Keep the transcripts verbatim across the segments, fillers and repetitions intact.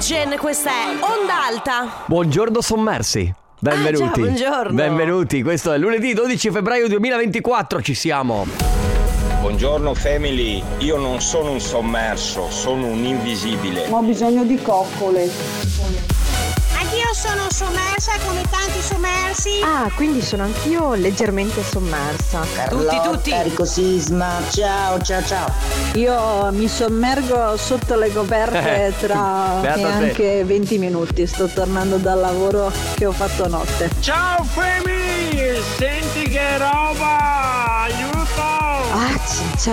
Dargen, questa è Onda Alta. Buongiorno sommersi. Benvenuti. Ah, già, buongiorno. Benvenuti, questo è lunedì dodici febbraio duemilaventiquattro, ci siamo. Buongiorno family, io non sono un sommerso, sono un invisibile. Ho bisogno di coccole. Anch'io sono sommersa come tanti sommersi. Ah, quindi sono anch'io leggermente sommersa. Tutti, tutti. Enrico Sisma, ciao, ciao, ciao. Io mi sommergo sotto le coperte tra Beata te. neanche venti minuti. Sto tornando dal lavoro che ho fatto notte. Ciao family, senti che roba, aiuto! 아 진짜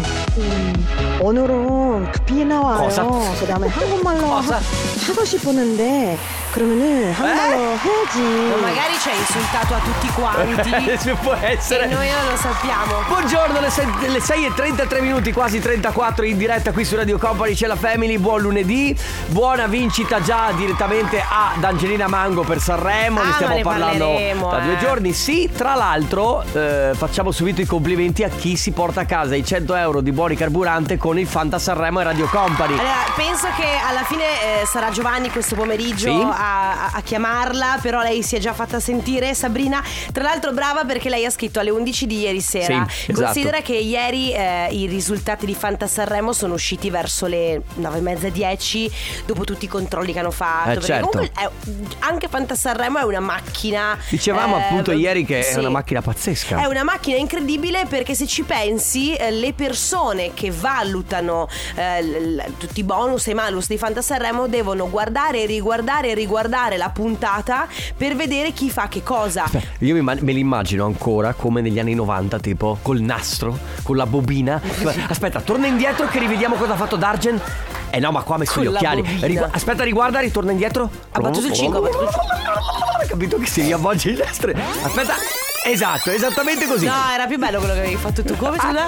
음, 오늘은 급히 나와요. cosa? 그다음에 한국말로 cosa? 하, 하고 싶었는데 그러면은 한국말로 해야지. Ma magari ci hai insultato a tutti quanti. Se può essere. E noi non lo sappiamo. Buongiorno, le sei, le sei e trentatré minuti, quasi trentaquattro in diretta qui su Radio Company, c'è la Family, buon lunedì, buona vincita già direttamente ad Angelina Mango per Sanremo, Ah, ne stiamo ma ne parlando parleremo, da due eh. giorni, sì, tra l'altro eh, facciamo subito i complimenti a chi si porta a casa i cento euro di buoni carburante con il Fanta Sanremo e Radio Company. Allora, penso che alla fine eh, sarà Giovanni questo pomeriggio Sì. a, a- a chiamarla, però lei si è già fatta sentire, Sabrina. Tra l'altro brava perché lei ha scritto alle undici di ieri sera. Sì, esatto. Considera che ieri eh, i risultati di Fanta Sanremo sono usciti verso le nove e mezza, dieci, dopo tutti i controlli che hanno fatto. Eh, Perché certo. comunque è- anche Fanta Sanremo è una macchina. Dicevamo eh, appunto ieri che sì. è una macchina pazzesca. È una macchina incredibile perché se ci pensi eh, le persone che valutano eh, l- l- tutti i bonus e i malus di Fanta Sanremo devono guardare e riguardare e riguardare la puntata per vedere chi fa che cosa. Beh, io mi, me li immagino ancora come negli anni novanta, tipo col nastro, con la bobina. Aspetta, torna indietro che rivediamo cosa ha fatto Dargen. Eh no, ma qua ha messo Con gli la occhiali. bobina. Rigu- aspetta, riguarda, ritorna indietro. Ha battuto il cinque, ha battuto il Hai capito che si riavvolge il nastro. Aspetta. Esatto, esattamente così. No, era più bello quello che avevi fatto tu. Come scusa?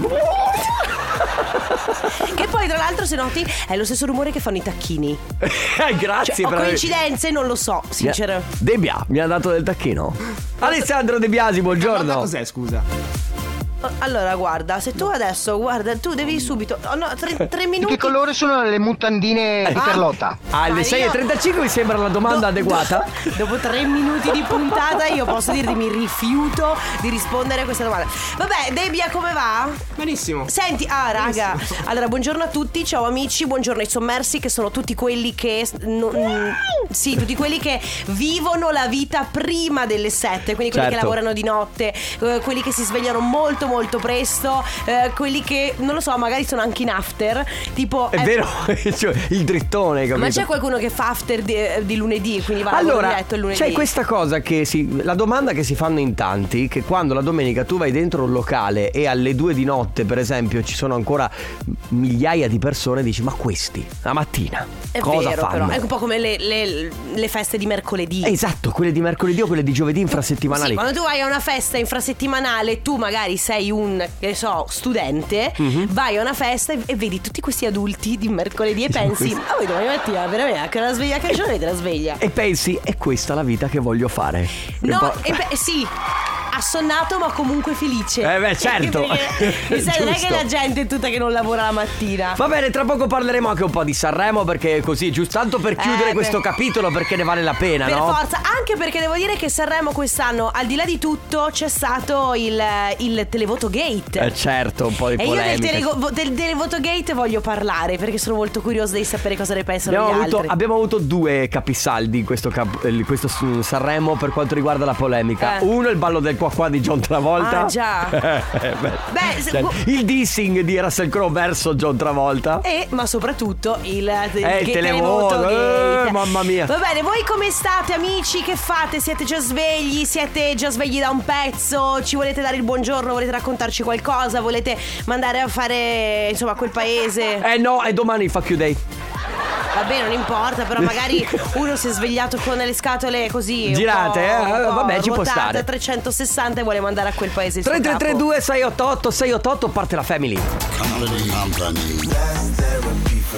Che poi tra l'altro se noti è lo stesso rumore che fanno i tacchini. Eh, Grazie Cioè, o per aver- coincidenze non lo so, sincero. Debbia mi ha dato del tacchino. Alessandro De Biasi, buongiorno. Cos'è, scusa? Allora guarda, se tu adesso guarda, tu devi subito oh no, tre, tre minuti. Che colore sono le mutandine di Ah. Carlotta? Alle Ah, sei e io- trentacinque mi sembra la domanda Do- adeguata. do- dopo tre minuti di puntata io posso dirti mi rifiuto di rispondere a questa domanda. Vabbè, Debbia, come va? Benissimo. Senti, ah raga, allora buongiorno a tutti, ciao amici, buongiorno ai sommersi che sono tutti quelli che no- mm, sì, tutti quelli che vivono la vita prima delle sette, quindi quelli Certo. che lavorano di notte, eh, quelli che si svegliano molto molto presto, eh, quelli che non lo so, magari sono anche in after, tipo È eh, vero, cioè, il drittone, capito? ma c'è qualcuno che fa after di, di lunedì, quindi va a lavoro Allora, diretto il lunedì. c'è questa cosa che si, la domanda che si fanno in tanti, che quando la domenica tu vai dentro un locale e alle due di notte, per esempio, ci sono ancora migliaia di persone, dici, ma questi, la mattina, È cosa vero, fanno? però è un po' come le, le- le feste di mercoledì. Esatto, quelle di mercoledì o quelle di giovedì infrasettimanali. Sì, quando tu vai a una festa infrasettimanale, tu magari sei un, che ne so, studente, Mhm. vai a una festa e, e vedi tutti questi adulti di mercoledì e Diciamo pensi, questo. ma voi domani mattina veramente a che ora sveglia, che giorno avete la sveglia? E pensi, è questa la vita che voglio fare? No, Un po'- e beh, sì, assonnato ma comunque felice. Eh beh, certo. Perché, sai, non è che Giusto. la gente è tutta che non lavora la mattina. Va bene, tra poco parleremo anche un po' di Sanremo, perché così, giusto tanto per chiudere Eh, questo beh. capitolo, perché ne vale la pena, Per no? forza, anche perché devo dire che Sanremo quest'anno, al di là di tutto, c'è stato il, il televoto gate. Eh certo, un po' di E io del, polemica. telego- del televoto gate voglio parlare perché sono molto curiosa di sapere cosa ne pensano Abbiamo gli avuto, altri. abbiamo avuto due capisaldi in questo, cap- in questo su- Sanremo per quanto riguarda la polemica. Eh. Uno, il ballo del qua qua di John Travolta. Ah, già. Eh, beh. Beh, se- Cioè, il dissing di Russell Crowe verso John Travolta. E ma soprattutto il, il, Eh, il che- televoto, gate. eh, mamma mia. Va bene, voi come state amici? Che fate? Siete già svegli? Siete già svegli da un pezzo? Ci volete dare il buongiorno? Volete raccontarci qualcosa? Volete mandare a fare insomma a quel paese? Eh no, è domani il Fuck You Day. Va bene, non importa, però magari uno si è svegliato con le scatole così un Girate, po', eh, un po' vabbè, ci può ruotate stare. a trecentosessanta e vuole mandare a quel paese il suo tre tre tre capo. due sei otto otto sei otto otto, parte la Family.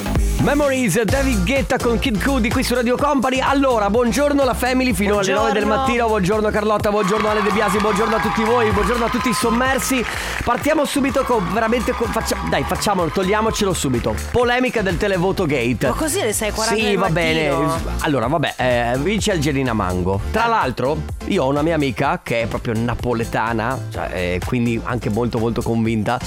Memories, David Guetta con Kid Cudi qui su Radio Company. Allora, buongiorno la family fino buongiorno. alle nove del mattino. Buongiorno Carlotta, buongiorno Ale De Biasi, buongiorno a tutti voi, buongiorno a tutti i sommersi. Partiamo subito con veramente con, faccia, dai, facciamolo, togliamocelo subito. Polemica del televoto gate. Ma così alle sei e quaranta Sì, del va mattino. bene. Allora, vabbè, eh, vince Angelina Mango. Tra l'altro, io ho una mia amica che è proprio napoletana, cioè, eh, quindi anche molto molto convinta.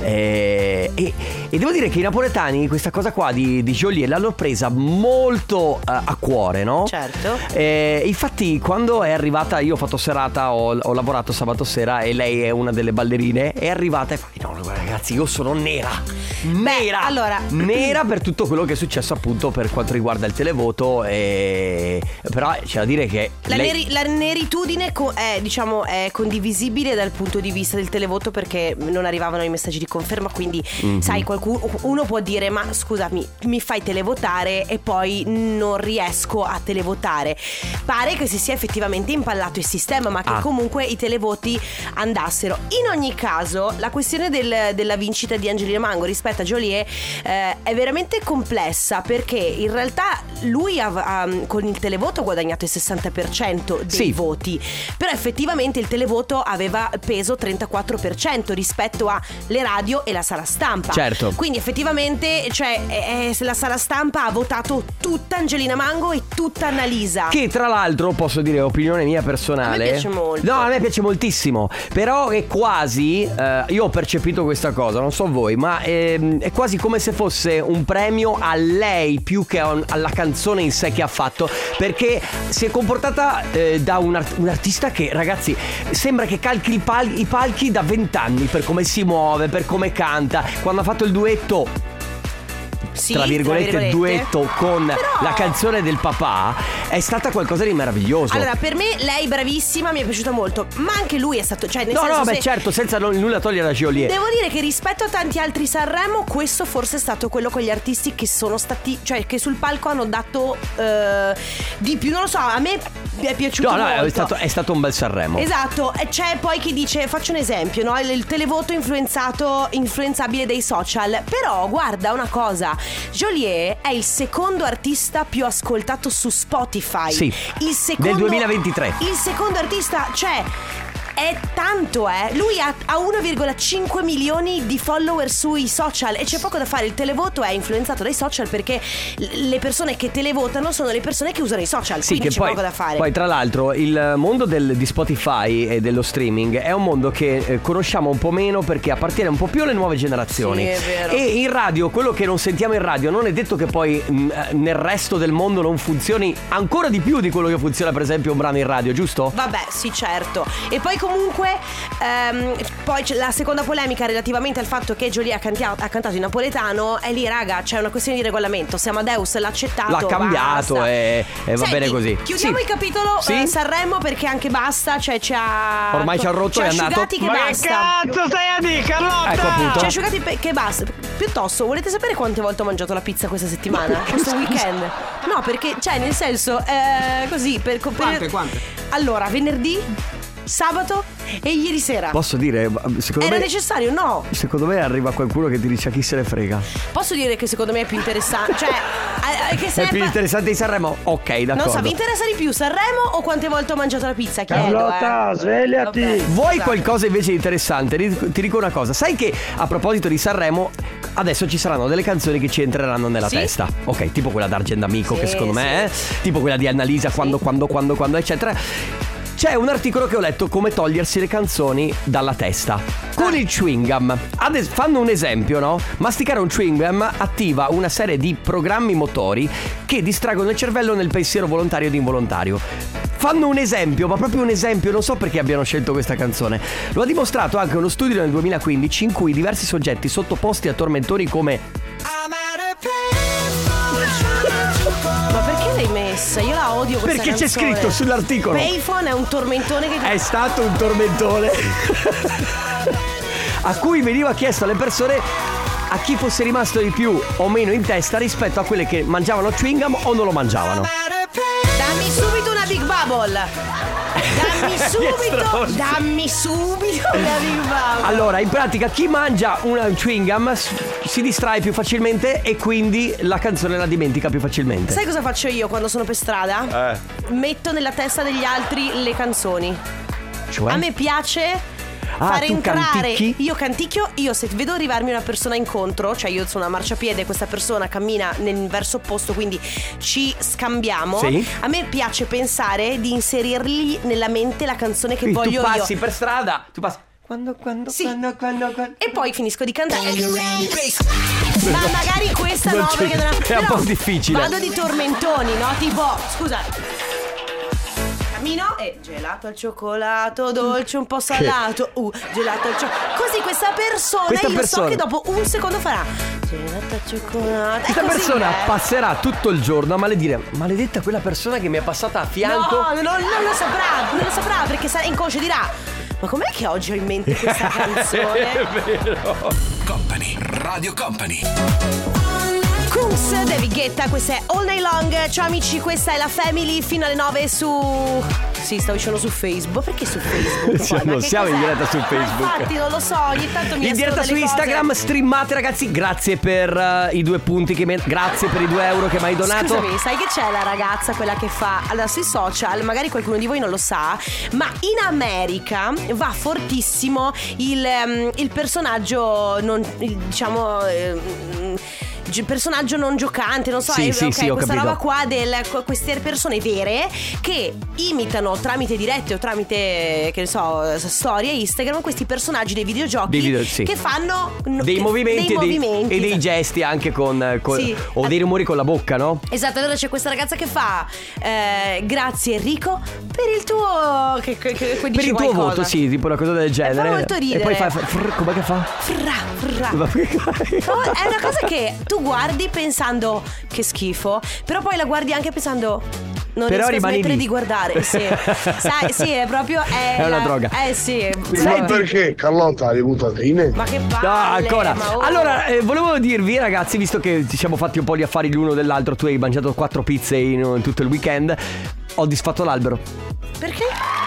Eh, e, e devo dire che i napoletani questa cosa qua di, di Joliet l'hanno presa molto uh, a cuore, no? Certo. Eh, infatti quando è arrivata, io ho fatto serata, ho, ho lavorato sabato sera e lei è una delle ballerine, è arrivata e fa: no ragazzi, io sono nera. Nera. Beh, allora Nera per tutto quello che è successo appunto per quanto riguarda il televoto. E... però c'è da dire che La, lei... neri- la neritudine co- è, diciamo, è condivisibile dal punto di vista del televoto, perché non arrivavano i messaggi di conferma. Quindi mm-hmm. sai, qualcuno, uno può dire: ma scusami, mi fai televotare e poi non riesco a televotare. Pare che si sia effettivamente impallato il sistema, ma che ah. comunque i televoti andassero. In ogni caso, la questione del, della vincita di Angelina Mango rispetto a Joliet eh, è veramente complessa, perché in realtà lui ha, ha, con il televoto ha guadagnato il sessanta per cento dei sì. voti, però effettivamente il televoto aveva peso trentaquattro per cento rispetto alle radio e la sala stampa. Certo. Quindi effettivamente, cioè, eh, la sala stampa ha votato tutta Angelina Mango e tutta Annalisa, che tra l'altro posso dire opinione mia personale, a me piace molto. No, a me piace moltissimo. Però è quasi eh, io ho percepito questa cosa, non so voi, ma è, è quasi come se fosse un premio a lei più che a un, alla canzone in sé che ha fatto, perché si è comportata eh, da un, art- un artista che, ragazzi, sembra che calchi il pal- i palchi da vent'anni, per come si muove, per come canta. Quando ha fatto il duetto, Sì, tra virgolette, tra virgolette. duetto con Però... la canzone del papà, è stata qualcosa di meraviglioso. Allora, per me lei bravissima, mi è piaciuta molto, ma anche lui è stato, cioè nel No, senso, no, beh, se... certo, senza non- nulla togliere a Joliet. Devo dire che rispetto a tanti altri Sanremo, questo forse è stato quello con gli artisti che sono stati, cioè che sul palco hanno dato eh, di più. Non lo so, a me mi è piaciuto No, no, molto. è stato, è stato un bel Sanremo. Esatto, e c'è poi chi dice, faccio un esempio, no? Il, il televoto influenzato, influenzabile dei social. Però guarda una cosa, Joliet è il secondo artista più ascoltato su Spotify. Sì, il secondo, del duemilaventitré. Il secondo artista, cioè, è tanto, eh. Lui ha, ha uno virgola cinque milioni di follower sui social e c'è poco da fare. Il televoto è influenzato dai social perché le persone che televotano sono le persone che usano i social. Sì, quindi che c'è poi, poco da fare. Poi tra l'altro il mondo del, di Spotify e dello streaming è un mondo che eh, conosciamo un po' meno, perché appartiene un po' più alle nuove generazioni. Sì, è vero. E in radio, quello che non sentiamo in radio, non è detto che poi mh, nel resto del mondo non funzioni ancora di più di quello che funziona per esempio un brano in radio, giusto? Vabbè, sì, certo. E poi comunque ehm, poi c'è la seconda polemica relativamente al fatto che Joliet ha, cantia- ha cantato in napoletano. E lì, raga, c'è una questione di regolamento. Se Amadeus l'ha accettato, L'ha cambiato basta. e, e va Senti, bene così. chiudiamo Sì. il capitolo Sì? eh, Sanremo, perché anche basta. Cioè ci ha Ormai ci ha rotto, ci ha è andato. asciugati che Ma che basta. cazzo stai a dire, Carlotta? Ecco appunto. Ci ha asciugati pe- che basta. Piuttosto, volete sapere quante volte ho mangiato la pizza questa settimana? Questo weekend? No, perché, cioè, nel senso, eh, così per, per Quante, quante? Allora, venerdì, sabato e ieri sera. Posso dire, secondo Era me necessario? No. secondo me arriva qualcuno che ti dice: a chi se ne frega. Posso dire che secondo me è più interessante. Cioè, eh, che se È più pa- interessante di Sanremo? Ok, d'accordo. Non so, vi interessa di più Sanremo o quante volte ho mangiato la pizza? Chiedo, Carlotta, eh. svegliati. Vabbè, Vuoi scusate. qualcosa invece di interessante? Ti ti dico una cosa. Sai che a proposito di Sanremo, adesso ci saranno delle canzoni che ci entreranno nella Sì? testa. Ok, tipo quella d'Argent Amico, Sì, che secondo me sì. è tipo quella di Annalisa, quando, quando, quando, quando, eccetera. C'è un articolo che ho letto, come togliersi le canzoni dalla testa con il chewing gum. Ades- fanno un esempio, no? Masticare un chewing gum attiva una serie di programmi motori che distraggono il cervello nel pensiero volontario ed involontario. Fanno un esempio, ma proprio un esempio. Non so perché abbiano scelto questa canzone. Lo ha dimostrato anche uno studio nel duemilaquindici in cui diversi soggetti sottoposti a tormentori come Ma perché l'hai messa? Io la odio questa Perché c'è canzone. scritto sull'articolo. Payphone è un tormentone che È stato un tormentone a cui veniva chiesto alle persone a chi fosse rimasto di più o meno in testa rispetto a quelle che mangiavano chewing gum o non lo mangiavano. Dammi subito una Big Bubble. Dammi subito, stronzi. dammi subito una Big Bubble. Allora, in pratica chi mangia un chewing gum s- si distrae più facilmente e quindi la canzone la dimentica più facilmente. Sai cosa faccio io quando sono per strada? Eh. Metto nella testa degli altri le canzoni. Cioè? A me piace Ah, fare tu entrare. canticchi? Io canticchio. Io se vedo arrivarmi una persona incontro, cioè io sono a marciapiede e questa persona cammina nel verso opposto, quindi ci scambiamo. Sì. A me piace pensare di inserirgli nella mente la canzone che Quindi voglio tu passi io. per strada, tu passi quando quando Sì. quando quando, quando. E poi finisco di cantare. Ma magari questa Non no, c'è- perché non è un però po' difficile. Vado di tormentoni, no? Tipo, scusa. Cammino e gelato al cioccolato, dolce un po' salato. Uh, gelato al cioccolato. Così questa persona Questa io persona- so che dopo un secondo farà gelato al cioccolato. Questa È così, persona eh. passerà tutto il giorno a maledire. Maledetta quella persona che mi è passata a fianco. No, non, non lo saprà, non lo saprà perché sarà inconscio e dirà: ma com'è che oggi ho in mente questa canzone? È vero. Company, Radio Company. Kunz, David Guetta, questa è All Night Long. Ciao amici, questa è la Family fino alle nove su... Sì, stavo dicendo su Facebook. Perché su Facebook? Cioè, Poi? Ma non che siamo in cos'è? diretta su Ma Facebook. infatti non lo so, ogni tanto mi In diretta escono su delle cose. Instagram, streamate ragazzi. Grazie per uh, i due punti che mi... Grazie per i due euro che mi hai donato. Scusami, sai che c'è la ragazza, quella che fa allora sui social, magari qualcuno di voi non lo sa, ma in America va fortissimo il, um, il personaggio non, il, diciamo um, il personaggio non giocante, non so, Sì, è, sì, ok, sì, ho questa capito. roba qua del queste persone vere che imitano tramite dirette o tramite, che ne so, storie Instagram, questi personaggi dei videogiochi Dei video- sì. che fanno Dei che- movimenti, dei e, dei, movimenti. e dei gesti anche con, con Sì. o dei rumori con la bocca, no? Esatto, allora c'è questa ragazza che fa eh, grazie Enrico per il tuo che, che, che poi Per dici il tuo qualcosa. voto, sì, tipo una cosa del genere. fa molto ridere. E poi fa, fa frr, com'è che fa? Frra, frra. Ma che- No, è una cosa che tu guardi pensando che schifo, però poi la guardi anche pensando non Però riesco a rimani smettere lì. di guardare. Sì. Sai, sì, è proprio è, È una la- droga. Eh sì. Senti- Perché Carlotta ha le mutatine? Ma che palle. No, ancora. ma oh. Allora, eh, volevo dirvi, ragazzi, visto che ci siamo fatti un po' gli affari l'uno dell'altro, tu hai mangiato quattro pizze in, in tutto il weekend, ho disfatto l'albero. Perché?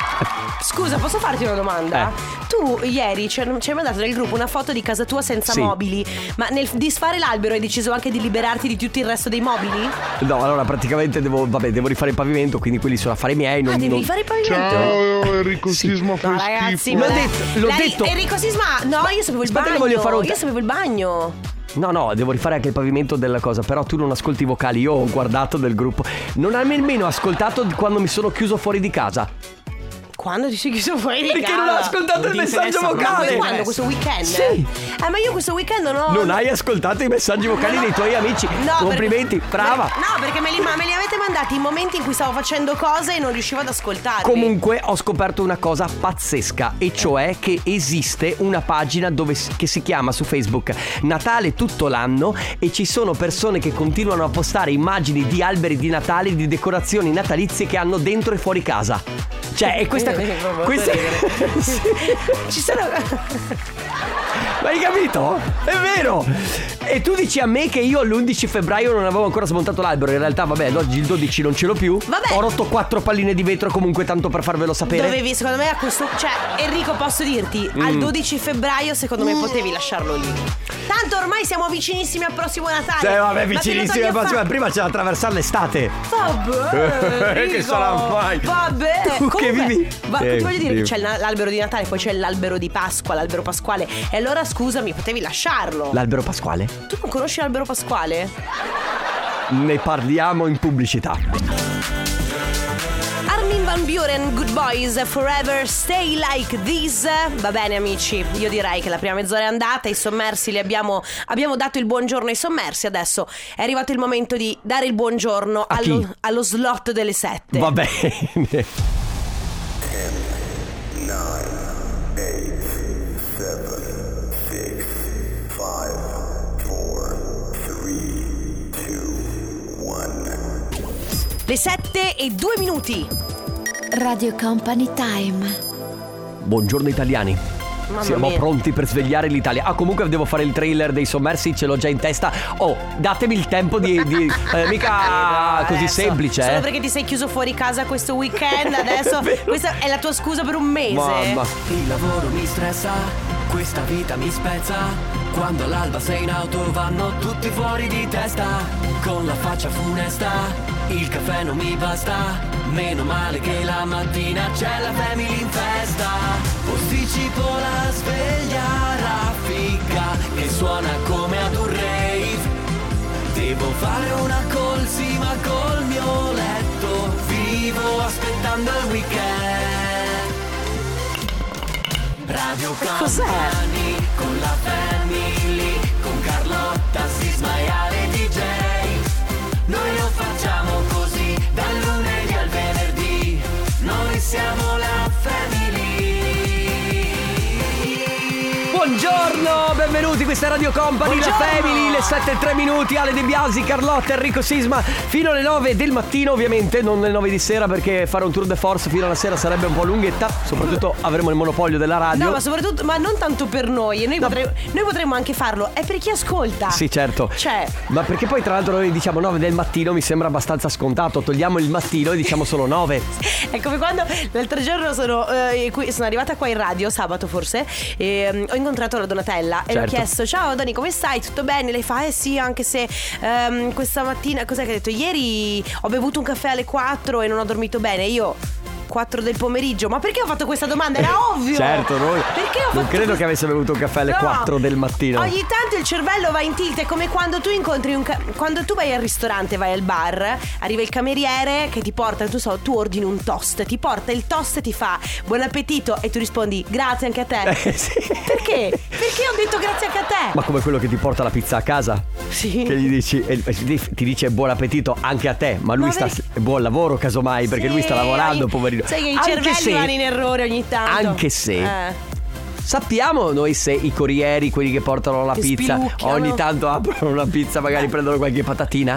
Scusa, posso farti una domanda? Eh. Tu ieri ci hai ci hai mandato nel gruppo una foto di casa tua senza Sì. mobili, ma nel disfare l'albero hai deciso anche di liberarti di tutto il resto dei mobili? No, allora praticamente devo, vabbè, devo rifare il pavimento, quindi quelli sono affari miei. Non, Ah, devi non- rifare il pavimento? Ciao Enrico Sisma, No fai ragazzi, schifo. ma L'ho dai. detto, l'ho Lei- detto. Enrico Sisma, no, io sapevo il Aspetta che bagno. voglio fare un- Io sapevo il bagno. No, no, devo rifare anche il pavimento della cosa. Però tu non ascolti i vocali. Io ho guardato del gruppo. Non hai nemmeno ascoltato di quando mi sono chiuso fuori di casa. Quando ti sei chiuso fuori di Perché casa? non ho ascoltato il messaggio Ma vocale. poi quando? Questo weekend? Sì. Eh, ma io questo weekend no. Non hai ascoltato i messaggi vocali dei tuoi amici. No, Complimenti, perché- brava. per- no, perché me li, ma me li avete mandati in momenti in cui stavo facendo cose e non riuscivo ad ascoltarli. Comunque ho scoperto una cosa pazzesca, e cioè che esiste una pagina dove, s- che si chiama su Facebook Natale tutto l'anno, e ci sono persone che continuano a postare immagini di alberi di Natale, di decorazioni natalizie che hanno dentro e fuori casa. Cioè, è questa Eh, proprio questa ridere. Sì. Ci sono. Ma hai capito? È vero. E tu dici a me che io l'undici febbraio non avevo ancora smontato l'albero. In realtà vabbè, oggi il dodici non ce l'ho più. Vabbè. Ho rotto quattro palline di vetro comunque, tanto per farvelo sapere. Dovevi, secondo me, a questo. Cioè, Enrico, posso dirti, al Mm. dodici febbraio, secondo me, potevi lasciarlo lì. Tanto ormai siamo vicinissimi al prossimo Natale. Cioè, vabbè, Ma che vicinissimi al cosa prossimo. gli Prima c'è da attraversare l'estate. fa? Vabbè, Che Enrico. sarà mai? Vabbè. Tu che Comunque, vivi- Ma Sì, ti voglio dire sì. che c'è il- l'albero di Natale, poi c'è l'albero di Pasqua, l'albero pasquale. E allora scusami, potevi lasciarlo. L'albero pasquale? Tu non conosci l'albero pasquale? Ne parliamo in pubblicità. Armin van Buren, Good Boys, Forever Stay Like This. Va bene amici, io direi che la prima mezz'ora è andata. I sommersi li abbiamo Abbiamo dato il buongiorno ai sommersi. Adesso è arrivato il momento di dare il buongiorno A chi? allo, allo slot delle sette. Va bene. Le sette e due minuti. Radio Company Time. Buongiorno italiani. Mamma Siamo mia. pronti per svegliare l'Italia. Ah, comunque devo fare il trailer dei sommersi, ce l'ho già in testa. Oh, datemi il tempo di... di eh, mica così Adesso, semplice, Solo eh. perché ti sei chiuso fuori casa questo weekend. Adesso È vero. questa è la tua scusa per un mese. Mamma. Il lavoro mi stressa, questa vita mi spezza. Quando all'alba sei in auto vanno tutti fuori di testa, con la faccia funesta, il caffè non mi basta, meno male che la mattina c'è la family in festa. Posticipo la sveglia raffica che suona come ad un rave, devo fare una colsima col mio letto, vivo aspettando il weekend. Radio Company con la family, con Carlotta, Sisma e Ale D J. Noi lo facciamo così, dal lunedì al venerdì. Noi siamo la family. Buongiorno, benvenuti, questa è Radio Company, Buongiorno. la Family, le sette e tre minuti, Ale De Biasi, Carlotta, Enrico Sisma, fino alle nove del mattino, ovviamente, non alle nove di sera, perché fare un tour de force fino alla sera sarebbe un po' lunghetta, soprattutto avremo il monopolio della radio. No, ma soprattutto, ma non tanto per noi, noi, No. potremmo, noi potremmo anche farlo, è per chi ascolta. Sì, certo. Cioè, Ma perché poi tra l'altro noi diciamo nove del mattino, mi sembra abbastanza scontato, togliamo il mattino e diciamo solo nove. è come quando l'altro giorno sono, eh, qui- sono arrivata qua in radio, sabato forse, e um, ho incontrato la Donatella e Certo. le ho chiesto: ciao Doni, come stai? Tutto bene? Lei fa: eh sì, anche se ehm, questa mattina, cos'è che ha detto? Ieri ho bevuto un caffè alle quattro e non ho dormito bene. Io quattro del pomeriggio. Ma perché ho fatto questa domanda? Era ovvio. Certo, noi Perché ho non fatto credo que- che avesse bevuto un caffè alle No. quattro del mattino. Ogni tanto il cervello va in tilt. È come quando tu incontri un ca- quando tu vai al ristorante, vai al bar, arriva il cameriere che ti porta, tu so, tu ordini un toast, ti porta il toast e ti fa buon appetito e tu rispondi grazie anche a te. Eh, sì. Perché? Perché ho detto grazie anche a te. Ma come quello che ti porta la pizza a casa? Sì. Che gli dici, e ti dice buon appetito anche a te, ma lui Ma sta perché- buon lavoro casomai, perché Sì, lui sta lavorando, ogni- poverino. Sai che i Anche cervelli se- vanno in errore ogni tanto. Anche se eh. sappiamo noi se i corrieri, quelli che portano la Che pizza, spilucchiano. ogni tanto aprono una pizza, magari prendono qualche patatina.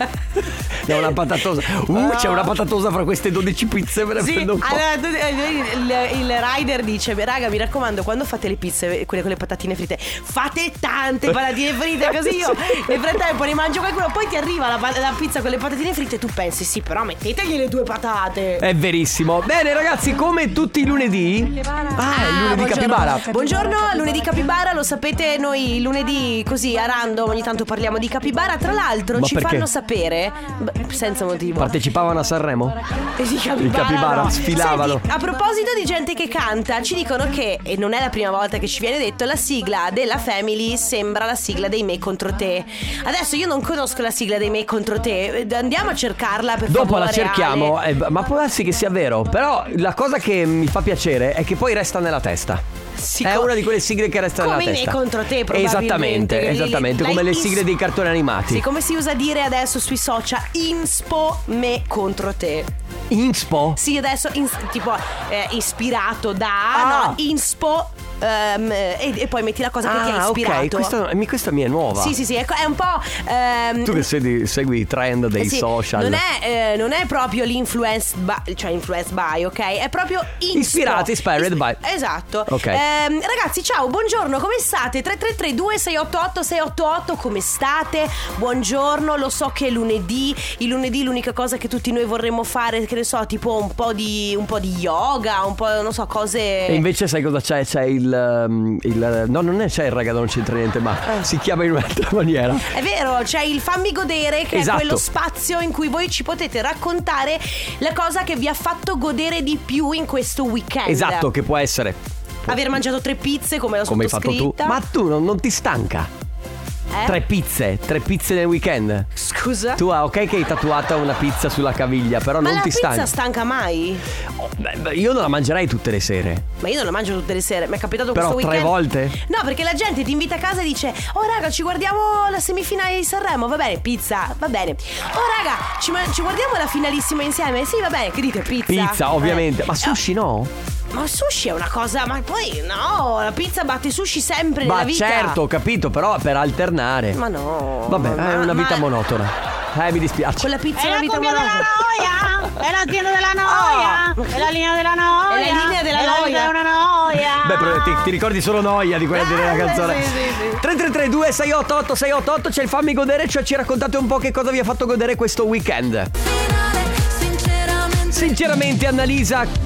C'è una patatosa. Uh, c'è una patatosa fra queste dodici pizze, me ne Sì, prendo un po'. allora tu- eh, il, il rider dice: beh, raga, mi raccomando, quando fate le pizze, quelle con le patatine fritte, fate tante patatine fritte, così io nel frattempo ne mangio qualcuno. Poi ti arriva la, pa- la pizza con le patatine fritte e tu pensi: sì, però mettetegli le due patate. È verissimo. Bene ragazzi, come tutti i lunedì. Ah, è il lunedì buongiorno. capibara. Buongiorno, lunedì capibara, lo sapete, noi lunedì così a random ogni tanto parliamo di capibara. Tra l'altro Ma ci perché? fanno sapere, beh, senza motivo, Partecipavano a Sanremo? di capibara, Il capibara, no. sfilavano. Senti, a proposito di gente che canta, ci dicono che, e non è la prima volta che ci viene detto, la sigla della Family sembra la sigla dei Me contro te. Adesso io non conosco la sigla dei Me contro te, andiamo a cercarla per Dopo favore. la cerchiamo, Ale. eh, ma può darsi che sia vero. Però la cosa che mi fa piacere è che poi resta nella testa. Sì, È co- una di quelle sigle che resta come nella i testa. Me contro te, probabilmente. Esattamente, esattamente, L'hai come le ins- sigle dei cartoni animati. Sì, come si usa dire adesso sui social, inspo me contro te. Inspo? Sì, adesso ins- tipo eh, ispirato da Ah. no, inspo ehm, e, e poi metti la cosa che ti ha Ah, ispirato. ok, questa, mi- questa mi è nuova. Sì, sì, sì, è, è un po' ehm, Tu che segui, segui i trend dei eh sì, social. Non è, eh, non è proprio l'influence by, cioè influence by, ok? È proprio inspo. Ispirati, inspired by. Esatto. Ok. Ehm, ragazzi, ciao, buongiorno, come state? tre tre tre due sei otto otto sei otto otto, come state? Buongiorno, lo so che è lunedì. Il lunedì l'unica cosa che tutti noi vorremmo fare, che ne so, tipo un po' di un po' di yoga, un po', non so, cose. E invece sai cosa c'è? C'è il, um, il no, non è c'è il raga, non c'entra niente, ma Eh. si chiama in un'altra maniera. È vero, c'è il Fammi Godere, che Esatto. è quello spazio in cui voi ci potete raccontare la cosa che vi ha fatto godere di più in questo weekend. Esatto, che può essere Aver mangiato tre pizze come la come hai fatto tu. sottoscritta. Ma tu non, non ti stanca? Eh? Tre pizze, tre pizze nel weekend. Scusa? Tu ah, ok che hai tatuata una pizza sulla caviglia, però Ma non la ti pizza stanca. stanca mai? Oh, beh, beh, io non la mangerei tutte le sere. Ma io non la mangio tutte le sere. Mi è capitato Però questo tre weekend. volte? No, perché la gente ti invita a casa e dice: oh raga, ci guardiamo la semifinale di Sanremo. Va bene, pizza, va bene. Oh raga, ci, ma- ci guardiamo la finalissima insieme. Sì, va bene, che dite, pizza? Pizza, ovviamente. Eh. Ma sushi no? Ma sushi è una cosa, ma poi no, la pizza batte sushi sempre nella Ma vita. certo, ho capito, però per alternare. Ma no. Vabbè, ma- è una vita ma- monotona. Eh, mi dispiace. Con la pizza È è una la vita cumbia della monotona. noia, è la tienda della noia, Oh. è la linea della noia, È la linea della è la noia. linea della noia. Beh, però ti, ti ricordi solo noia di quella della Eh, canzone. sì, sì, sì. tre tre tre due sei otto otto sei otto otto, c'è il Fammi Godere, cioè ci raccontate un po' che cosa vi ha fatto godere questo weekend. Sinceramente Annalisa,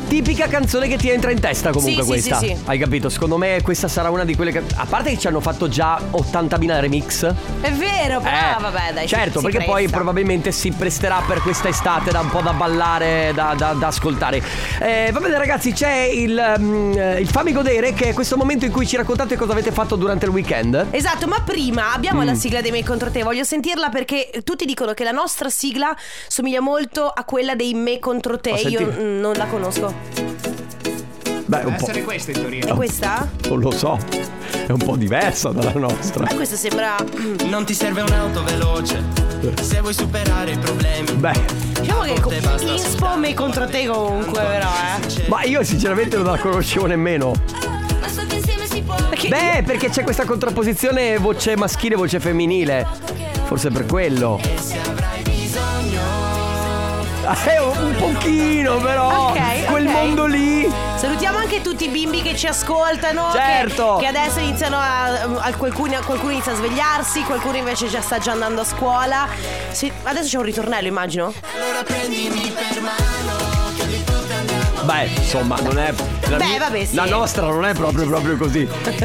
tipica canzone che ti entra in testa comunque. Sì, questa sì, sì, sì. Hai capito? Secondo me questa sarà una di quelle che, a parte che ci hanno fatto già ottantamila remix. È vero, però Eh, vabbè, dai. certo, si perché presta. poi probabilmente si presterà per questa estate da un po' da ballare, da, da, da ascoltare. Eh, va bene ragazzi, c'è il, um, il Fammi Godere, che è questo momento in cui ci raccontate cosa avete fatto durante il weekend. Esatto, ma prima abbiamo Mm. la sigla dei Me contro te. Voglio sentirla perché tutti dicono che la nostra sigla somiglia molto a quella dei Me contro te. Oh, Io senti- mm, non la conosco. Beh, un po'. essere questa in teoria. È questa? Non lo so, è un po' diversa dalla nostra. Ma questa sembra. Non ti serve un'auto veloce se vuoi superare i problemi. Beh, Diciamo che co- inspo Me contro te comunque, però, eh. ma io sinceramente non la conoscevo nemmeno. Perché Beh, perché c'è questa contrapposizione voce maschile, voce femminile. Forse per quello. Eh, un pochino però. Ok, Quel ok. mondo lì. salutiamo anche tutti i bimbi che ci ascoltano. Certo. Che, che adesso iniziano a, a qualcuno, qualcuno inizia a svegliarsi, qualcuno invece già sta già andando a scuola. Sì, adesso c'è un ritornello, immagino. Allora prendimi per mano. Beh, insomma, non è. La, Beh, mia- vabbè, sì. la nostra non è proprio proprio così.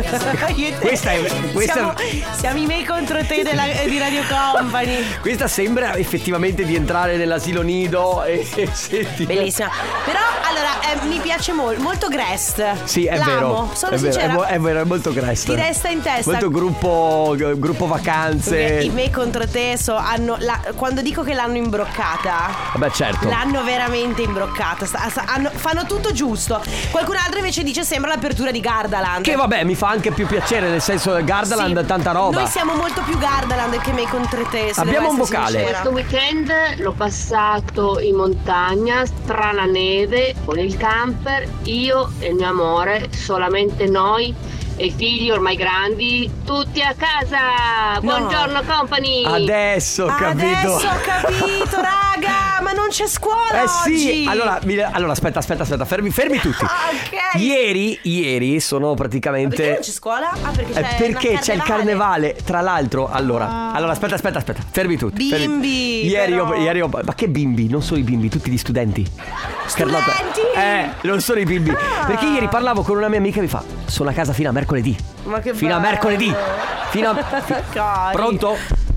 Questa è. Questa, siamo, siamo i Me contro te della, di Radio Company. questa sembra effettivamente di entrare nell'asilo nido e, e senti. Bellissima. Però allora eh, mi piace molto, molto Grest. Sì, è L'amo, vero. sono è vero, sincera. è, mo- è vero, è molto Crest. Ti resta in testa. Molto gruppo, gruppo vacanze. I Me contro te so, hanno la, quando dico che l'hanno imbroccata, Vabbè, certo. l'hanno veramente imbroccata. Sta- sta- hanno- fanno tutto giusto. Qualcun altro invece dice sembra l'apertura di Gardaland. Che vabbè, mi fa anche più piacere, nel senso Gardaland Sì, tanta roba. Noi siamo molto più Gardaland che Me contro te. se Abbiamo devo un essere vocale. sincera. Questo weekend l'ho passato in montagna, strana neve, con il camper, io e il mio amore, solamente noi e i figli ormai grandi, tutti a casa. Buongiorno company. Adesso ho capito. Adesso ho capito, raga. Ma non c'è scuola Eh sì, oggi. allora, mi- allora aspetta, aspetta, aspetta, fermi, fermi tutti. Ah, ok. Ieri, ieri sono praticamente. Perché non c'è scuola? Ah, perché Eh, c'è perché una c'è il carnevale. Tra l'altro, allora, allora aspetta, aspetta, aspetta, fermi tutti. fermi. Bimbi, Ieri però. ho, ieri ho- ma che bimbi? Non solo i bimbi, tutti gli studenti. Studenti? Eh, non solo i bimbi. Ah. Perché ieri parlavo con una mia amica e mi fa: sono a casa fino a mercoledì. Ma che Fino a bello. mercoledì. Fino a. Cari. Pronto?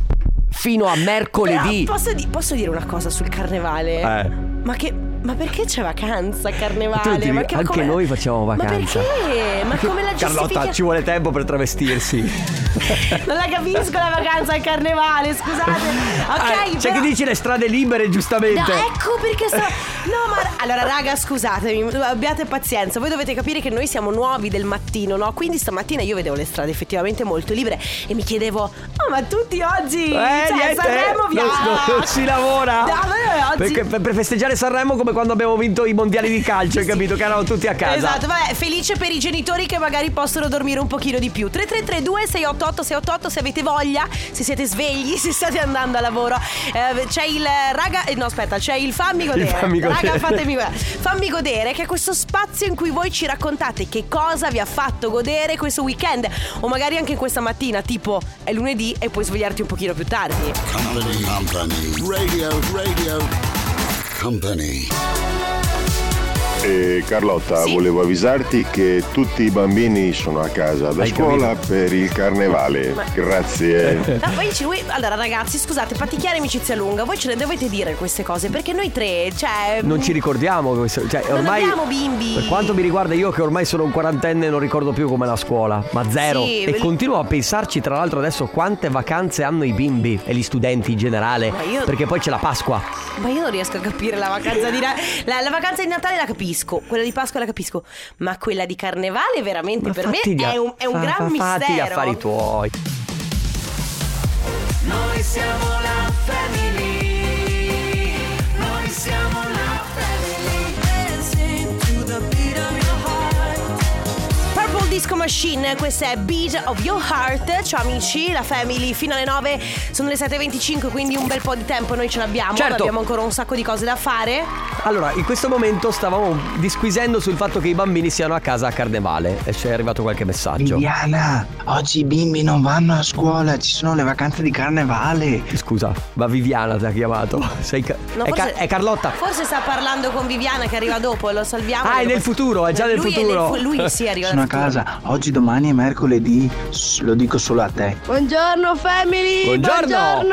Fino a mercoledì. Però posso, di- posso dire una cosa sul carnevale? Eh. Ma che. Ma perché c'è vacanza a carnevale? Tu ti- Ma che- anche come- noi facciamo vacanza. Ma perché? Ma come la Carlotta, giustifica? ci vuole tempo per travestirsi. Non la capisco la vacanza al carnevale, scusate. Ok, Eh, c'è però- chi dice le strade libere, giustamente. No, ecco perché sta. No, ma allora, raga, scusatemi, abbiate pazienza. Voi dovete capire che noi siamo nuovi del mattino, no? Quindi stamattina io vedevo le strade effettivamente molto libere e mi chiedevo: oh, ma tutti oggi? Eh, cioè, niente, Sanremo non, via. non- non si lavora. Vabbè, oggi- Perché per, per festeggiare Sanremo come quando abbiamo vinto i mondiali di calcio, hai capito? Che erano tutti a casa. Esatto, vabbè, felice per i genitori che magari possono dormire un pochino di più. Tre tre tre due sei otto otto sei otto otto se avete voglia, se siete svegli, se state andando a lavoro. Eh, c'è il raga, eh, no aspetta, c'è il fammi godere. fammi godere. Raga, fatemi godere. Fammi godere, che è questo spazio in cui voi ci raccontate che cosa vi ha fatto godere questo weekend o magari anche questa mattina, tipo è lunedì e puoi svegliarti un pochino più tardi. Company, company, radio, radio, company. E Carlotta, Sì? volevo avvisarti che tutti i bambini sono a casa da Hai scuola per il carnevale. Grazie. No, poi dici, voi- allora ragazzi, scusate, paticchiare amicizia lunga, voi ce le dovete dire queste cose perché noi tre, cioè Non ci ricordiamo questo, cioè, Non ormai, abbiamo bimbi. Per quanto mi riguarda, io che ormai sono un quarantenne non ricordo più com'è la scuola. Ma zero. Sì, E ve- continuo a pensarci, tra l'altro, adesso quante vacanze hanno i bimbi e gli studenti in generale. Ma io- Perché poi c'è la Pasqua. Ma io non riesco a capire la vacanza di Na- la, la vacanza di Natale la capisco, quella di Pasqua la capisco, ma quella di Carnevale veramente Ma per me fatti gli- è un, è un fa- gran fa- mistero. Fatti gli affari tuoi. Noi siamo la family. Noi siamo la family. Dancing to the beat of your heart. Purple Disco Machine, questa è Beat of Your Heart. Ciao amici, la family fino alle nove, sono le sette e venticinque, quindi un bel po' di tempo noi ce l'abbiamo. Certo. Abbiamo ancora un sacco di cose da fare. Allora, in questo momento stavamo disquisendo sul fatto che i bambini siano a casa a carnevale e ci è arrivato qualche messaggio. Viviana, oggi i bimbi non vanno a scuola, ci sono le vacanze di carnevale. Scusa, ma Viviana ti ha chiamato? Sei ca- No, è, forse- Ca- è Carlotta. Forse sta parlando con Viviana che arriva dopo, lo salviamo. Ah, è nel futuro, è già nel lui futuro. È nel fu- lui sì, arriva Sono a nel futuro. casa, oggi, domani è mercoledì, S- lo dico solo a te. Buongiorno family. Buongiorno.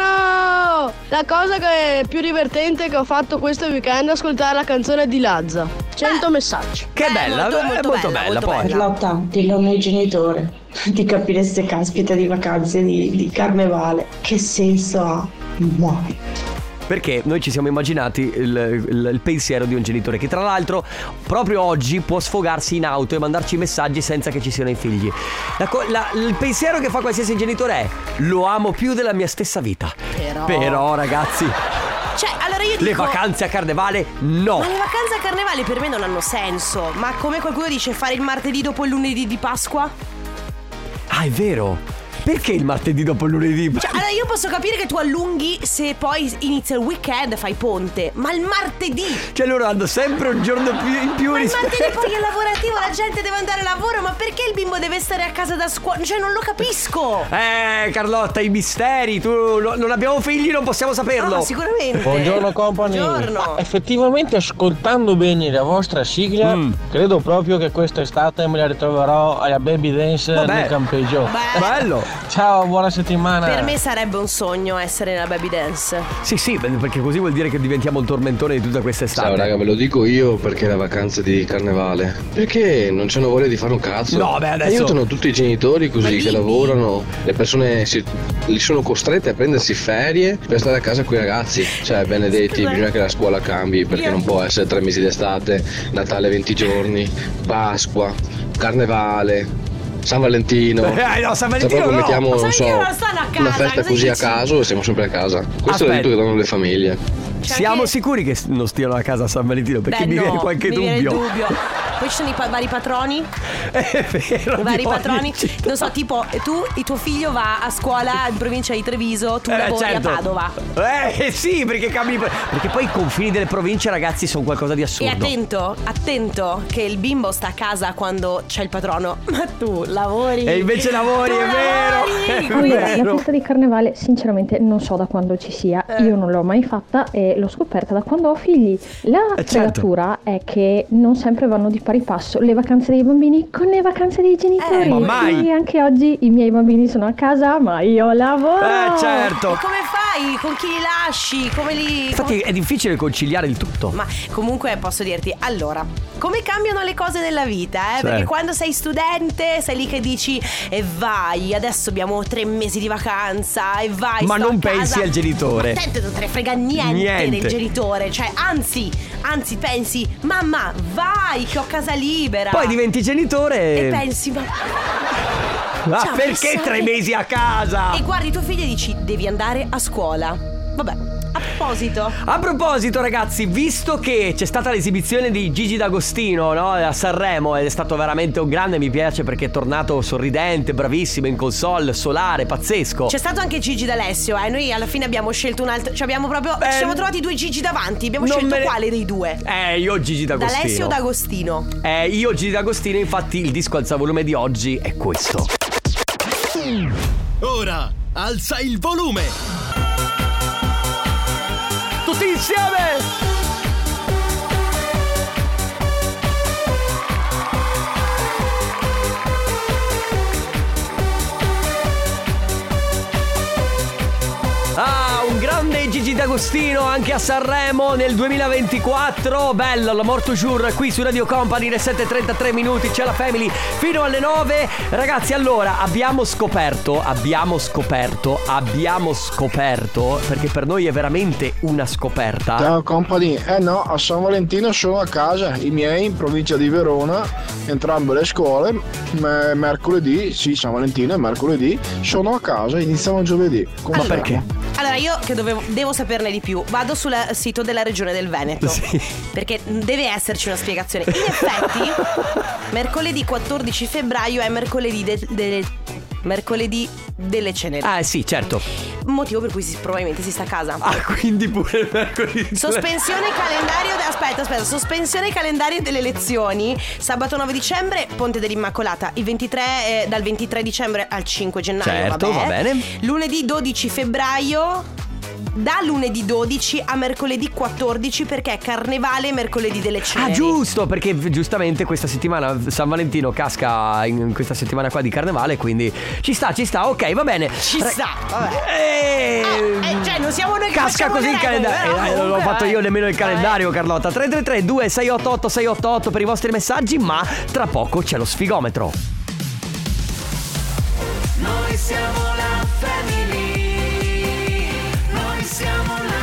La cosa che è più divertente che ho fatto questo weekend è ascoltare la canzone di Lazza. cento messaggi. Che bella, molto, è molto molto bella, bella, molto poi. bella. Carlotta, dillo al mio genitore di capire ste caspita di vacanze di, di carnevale. Che senso ha? Muori. Perché noi ci siamo immaginati il, il- il pensiero di un genitore che tra l'altro proprio oggi può sfogarsi in auto e mandarci messaggi senza che ci siano i figli. La co- la- il pensiero che fa qualsiasi genitore è: lo amo più della mia stessa vita. Però- Però ragazzi, Cioè, allora io dico, le vacanze a carnevale no. ma le vacanze a carnevale per me non hanno senso. Ma come qualcuno dice, fare il martedì dopo il lunedì di Pasqua? Ah, è vero. Perché il martedì dopo il lunedì? Cioè, allora io posso capire che tu allunghi se poi inizia il weekend, fai ponte. Ma il martedì, Cioè loro hanno sempre un giorno più in più ma il rispetto. martedì poi è lavorativo, la gente deve andare a lavoro. Ma perché il bimbo deve stare a casa da scuola? Cioè, non lo capisco. Eh, Carlotta, i misteri. Tu no- non abbiamo figli, non possiamo saperlo. Ah, sicuramente. Buongiorno company. Buongiorno. Ma effettivamente, ascoltando bene la vostra sigla, Mm. credo proprio che quest'estate me la ritroverò alla baby dance Vabbè. del campeggio. Beh, Bello. Ciao, buona settimana. per me sarebbe un sogno essere nella baby dance. Sì, sì, perché così vuol dire che diventiamo il tormentone di tutta quest'estate. Ciao raga, ve lo dico io perché la vacanza di carnevale. Perché non c'hanno voglia di fare un cazzo. No, beh, adesso- Aiutano tutti i genitori così Ma che dimmi. lavorano. Le persone si, li sono costrette a prendersi ferie per stare a casa con i ragazzi. Cioè, benedetti, Scusa. bisogna che la scuola cambi perché Io- non può essere tre mesi d'estate, Natale venti giorni, Pasqua, Carnevale, San Valentino. Eh, no, San Valentino Tra poco no. mettiamo, Ma San non so, Valentino non stanno a casa, una festa cosa così a dici? caso e siamo sempre a casa. Questo Aspetta. è l'aiuto che danno le famiglie. C'è Siamo anche- sicuri che non stiano a casa a San Valentino? Perché Beh, mi no, viene qualche mi viene il dubbio. dubbio. Poi ci sono i pa- vari patroni. È vero. I vari di ogni patroni. città. Non so, tipo, tu, il tuo figlio va a scuola in provincia di Treviso, tu Eh, lavori certo. a Padova. Eh sì, perché cambi. Perché poi i confini delle province, ragazzi, sono qualcosa di E assurdo. attento, attento, che il bimbo sta a casa quando c'è il patrono. Ma tu lavori. E invece lavori, Tu è vero. lavori, È quindi- Allora, la vero. festa di carnevale sinceramente non so da quando ci sia, Eh. io non l'ho mai fatta e l'ho scoperta da quando ho figli. La Eh, certo. fregatura è che non sempre vanno di pari passo le vacanze dei bambini con le vacanze dei genitori. Eh, ma mai. Quindi anche oggi i miei bambini sono a casa ma io lavoro. Eh certo. E come fai? Con chi li lasci? Come li... Infatti come- è difficile conciliare il tutto. Ma comunque posso dirti, allora, come cambiano le cose nella vita, eh? Sì. Perché quando sei studente sei lì che dici e vai, adesso abbiamo tre mesi di vacanza e vai. Ma sto non a casa. pensi al genitore. Ma attento, non te ne frega niente, Niente. del genitore. Cioè, anzi, anzi pensi, mamma, vai che ho casa libera. Poi diventi genitore E pensi, ma... Ma Ciao, perché sai- tre mesi a casa? E guardi tuo figlio e dici, devi andare a scuola. Vabbè, a proposito. A proposito ragazzi, visto che c'è stata l'esibizione di Gigi D'Agostino, no, a Sanremo, ed è stato veramente un grande, mi piace perché è tornato sorridente, bravissimo in console, solare, pazzesco. C'è stato anche Gigi D'Alessio, eh. Noi alla fine abbiamo scelto un altro. Cioè abbiamo proprio. Beh, ci siamo trovati due Gigi davanti. Abbiamo non scelto me ne- quale dei due? Eh, io Gigi D'Agostino. D'Alessio o D'Agostino? Eh, io Gigi D'Agostino, infatti il disco alzavolume di oggi è questo. Ora alza il volume. Tutti insieme! Ah, un grande Gigi D'Agostino anche a Sanremo nel duemilaventiquattro. Bello, la Morto Jour qui su Radio Company, le sette e trentatré minuti, c'è la Family fino alle nove. Ragazzi, allora, abbiamo scoperto, abbiamo scoperto, abbiamo scoperto, perché per noi è veramente una scoperta. Ciao company, eh no, a San Valentino sono a casa, i miei in provincia di Verona, entrambe le scuole, m- mercoledì, sì San Valentino è mercoledì, sono a casa, iniziamo giovedì. Ma perché? Allora, io che dovevo, devo saperne di più, vado sul sito della regione del Veneto. Sì. Perché deve esserci una spiegazione. In effetti, mercoledì quattordici febbraio è mercoledì de- delle. Mercoledì delle ceneri. Ah sì, certo. motivo per cui si, probabilmente si sta a casa. Ah, quindi pure mercoledì. Sospensione calendario de- Aspetta, aspetta Sospensione calendario delle lezioni. Sabato nove dicembre, Ponte dell'Immacolata. Il ventitré, eh, dal ventitré dicembre al cinque gennaio. Certo, vabbè. va bene. Lunedì dodici febbraio, da lunedì dodici a mercoledì quattordici, perché è carnevale e mercoledì delle ceneri. Ah, giusto, perché giustamente questa settimana San Valentino casca in questa settimana qua di carnevale, quindi ci sta, ci sta, ok, va bene. Ci Ra- sta, vabbè. Eh, Ah, eh, cioè non siamo noi che casca facciamo così le il regole, calendario. però Eh, non l'ho comunque, fatto io nemmeno il calendario, Carlotta. Tre tre tre due sei otto otto sei otto otto per i vostri messaggi, ma tra poco c'è lo sfigometro. Noi siamo la family. Noi siamo la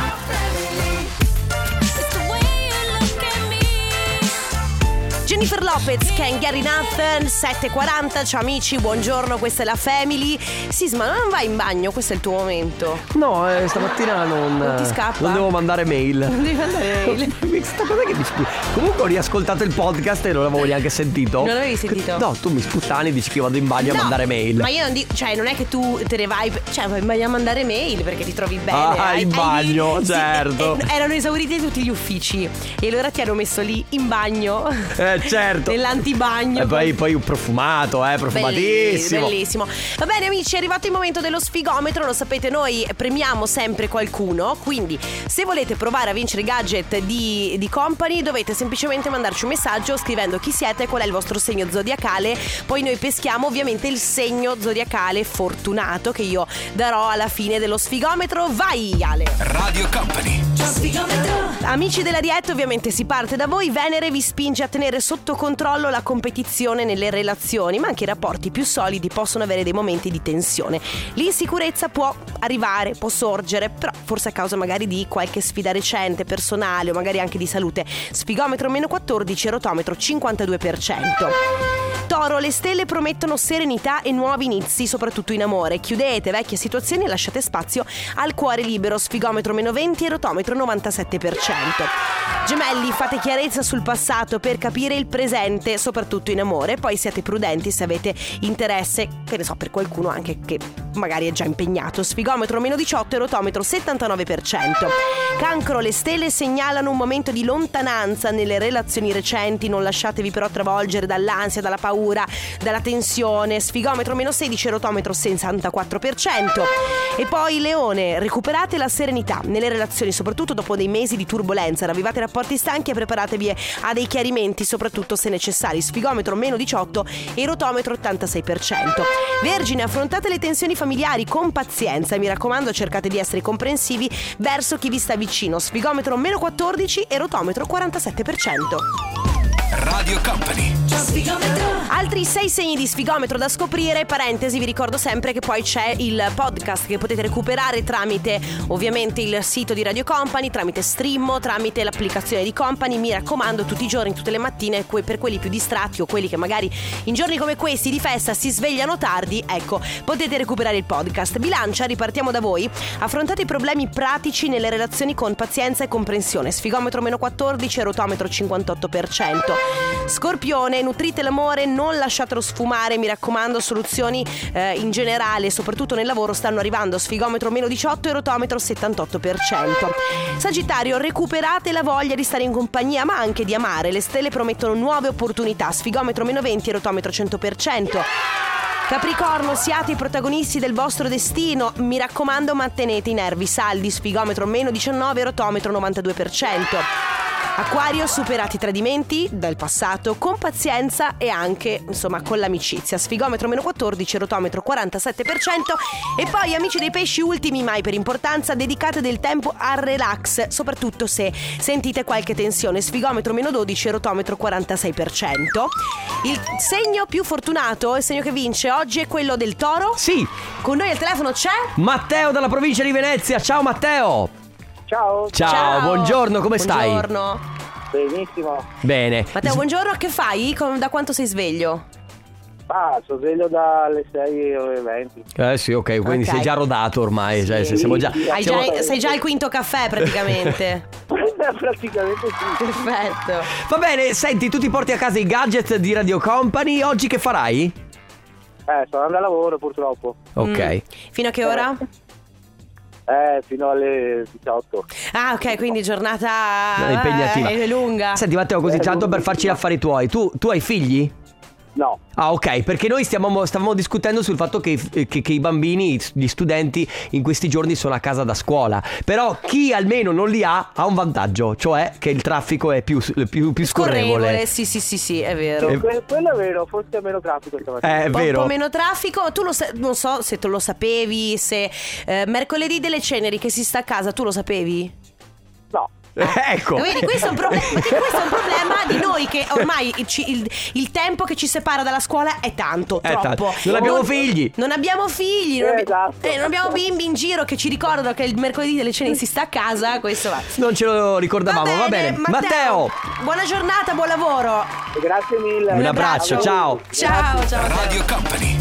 Jennifer Lopez, Can't Get Enough, sette e quaranta. Ciao amici, buongiorno, questa è la Family. Sisma, non vai in bagno, questo è il tuo momento. No, eh, stamattina non Non ti scappa? Non devo mandare mail. Non devi mandare mail. Questa cosa che mi spu- Comunque ho riascoltato il podcast e non l'avevo neanche sentito. Non l'avevi sentito? No, tu mi sputtani e dici che io vado in bagno No, a mandare mail. Ma io non dico, cioè non è che tu te ne vai, cioè vai in bagno a mandare mail perché ti trovi bene. Ah, Hai- in hai- bagno, sì, certo. eh, erano esauriti tutti gli uffici e allora ti hanno messo lì in bagno. Eh, certo. Nell'antibagno. E poi, poi un profumato, eh, profumatissimo. Bellissimo. Va bene amici, è arrivato il momento dello sfigometro. Lo sapete, noi premiamo sempre qualcuno. Quindi se volete provare a vincere gadget di, di Company, dovete semplicemente mandarci un messaggio scrivendo chi siete, qual è il vostro segno zodiacale. Poi noi peschiamo ovviamente il segno zodiacale fortunato che io darò alla fine dello sfigometro. Vai Ale. Radio Company. Amici dell'Ariete, ovviamente si parte da voi. Venere vi spinge a tenere sotto controllo la competizione nelle relazioni, ma anche i rapporti più solidi possono avere dei momenti di tensione. L'insicurezza può arrivare, può sorgere, però forse a causa magari di qualche sfida recente, personale o magari anche di salute. Sfigometro meno quattordici, rotometro cinquantadue per cento. Toro, le stelle promettono serenità e nuovi inizi, soprattutto in amore. Chiudete vecchie situazioni e lasciate spazio al cuore libero. Sfigometro meno venti e rotometro novantasette per cento. Gemelli, fate chiarezza sul passato per capire il presente, soprattutto in amore. Poi siate prudenti se avete interesse, che ne so, per qualcuno anche che magari è già impegnato. Sfigometro meno diciotto e rotometro settantanove per cento. Cancro, le stelle segnalano un momento di lontananza nelle relazioni recenti. Non lasciatevi però travolgere dall'ansia, dalla paura, dalla tensione. Sfigometro meno sedici e rotometro sessantaquattro per cento. E poi Leone, recuperate la serenità nelle relazioni, soprattutto dopo dei mesi di turbolenza. Ravvivate rapporti stanchi e preparatevi a dei chiarimenti, soprattutto se necessari. Sfigometro meno diciotto e rotometro ottantasei per cento. Vergine, affrontate le tensioni familiari con pazienza e mi raccomando cercate di essere comprensivi verso chi vi sta vicino. Sfigometro meno quattordici e rotometro quarantasette per cento. Radio Company. Altri sei segni di sfigometro da scoprire. Parentesi, vi ricordo sempre che poi c'è il podcast che potete recuperare tramite ovviamente il sito di Radio Company, tramite Stream, tramite l'applicazione di Company. Mi raccomando, tutti i giorni, tutte le mattine, que- per quelli più distratti o quelli che magari in giorni come questi di festa si svegliano tardi, ecco, potete recuperare il podcast. Bilancia, ripartiamo da voi. Affrontate i problemi pratici nelle relazioni con pazienza e comprensione. Sfigometro meno quattordici e rotometro cinquantotto per cento. Scorpione, nutrite l'amore, non lasciatelo sfumare, mi raccomando, soluzioni eh, in generale, soprattutto nel lavoro, stanno arrivando. Sfigometro meno diciotto e rotometro settantotto per cento. Sagittario, recuperate la voglia di stare in compagnia ma anche di amare, le stelle promettono nuove opportunità. Sfigometro meno venti e rotometro cento per cento. Capricorno, siate i protagonisti del vostro destino, mi raccomando mantenete i nervi saldi. Sfigometro meno diciannove e rotometro novantadue per cento. Acquario, superati i tradimenti del passato con pazienza e anche, insomma, con l'amicizia. Sfigometro meno quattordici, rotometro quarantasette per cento. E poi, amici dei pesci, ultimi mai per importanza, dedicate del tempo al relax, soprattutto se sentite qualche tensione. Sfigometro meno dodici, rotometro quarantasei per cento. Il segno più fortunato, il segno che vince oggi è quello del Toro. Sì. Con noi al telefono c'è Matteo dalla provincia di Venezia. Ciao Matteo. Ciao. Ciao, Ciao. buongiorno, come stai? Buongiorno. Benissimo. Bene. Matteo, buongiorno, che fai? Com- Da quanto sei sveglio? Ah, sono sveglio dalle sei e venti. Eh sì, ok, quindi Ok. sei già rodato ormai, cioè, se siamo già Hai siamo- già, sei già al quinto caffè praticamente. Praticamente sì. Perfetto. Va bene, senti, tu ti porti a casa i gadget di Radio Company. Oggi che farai? Eh, sto andando a lavoro purtroppo. Ok. Mm. Fino a che ora? Eh, fino alle diciotto. Ah, ok, quindi giornata È impegnativa. eh, è lunga. Senti Matteo, così Eh, tanto per lunga. farci gli affari tuoi. Tu, tu hai figli? No. Ah, ok, perché noi stiamo, stavamo discutendo sul fatto che, che, che i bambini, gli studenti in questi giorni sono a casa da scuola. Però chi almeno non li ha ha un vantaggio, cioè che il traffico è più, più, più scorrevole. Sì, sì, sì, sì, è vero. Eh, Que- quello è vero, forse meno traffico stamattina. Eh, è Un po', vero. un po' meno traffico. Tu lo sa- non so se tu lo sapevi, se eh, mercoledì delle ceneri che si sta a casa, tu lo sapevi? No. Ecco. Vedi, questo è un problema. Questo è un problema di noi che ormai ci- il, il tempo che ci separa dalla scuola è tanto, È troppo. tanto. Non abbiamo figli. Non abbiamo figli, non, Eh, abbi- esatto. eh, non abbiamo bimbi in giro che ci ricordano che il mercoledì delle ceneri si sta a casa. Questo va. Non ce lo ricordavamo, va bene. Matteo, buona giornata, buon lavoro. Grazie mille. un abbraccio, ciao. Ciao, ciao. Radio Company.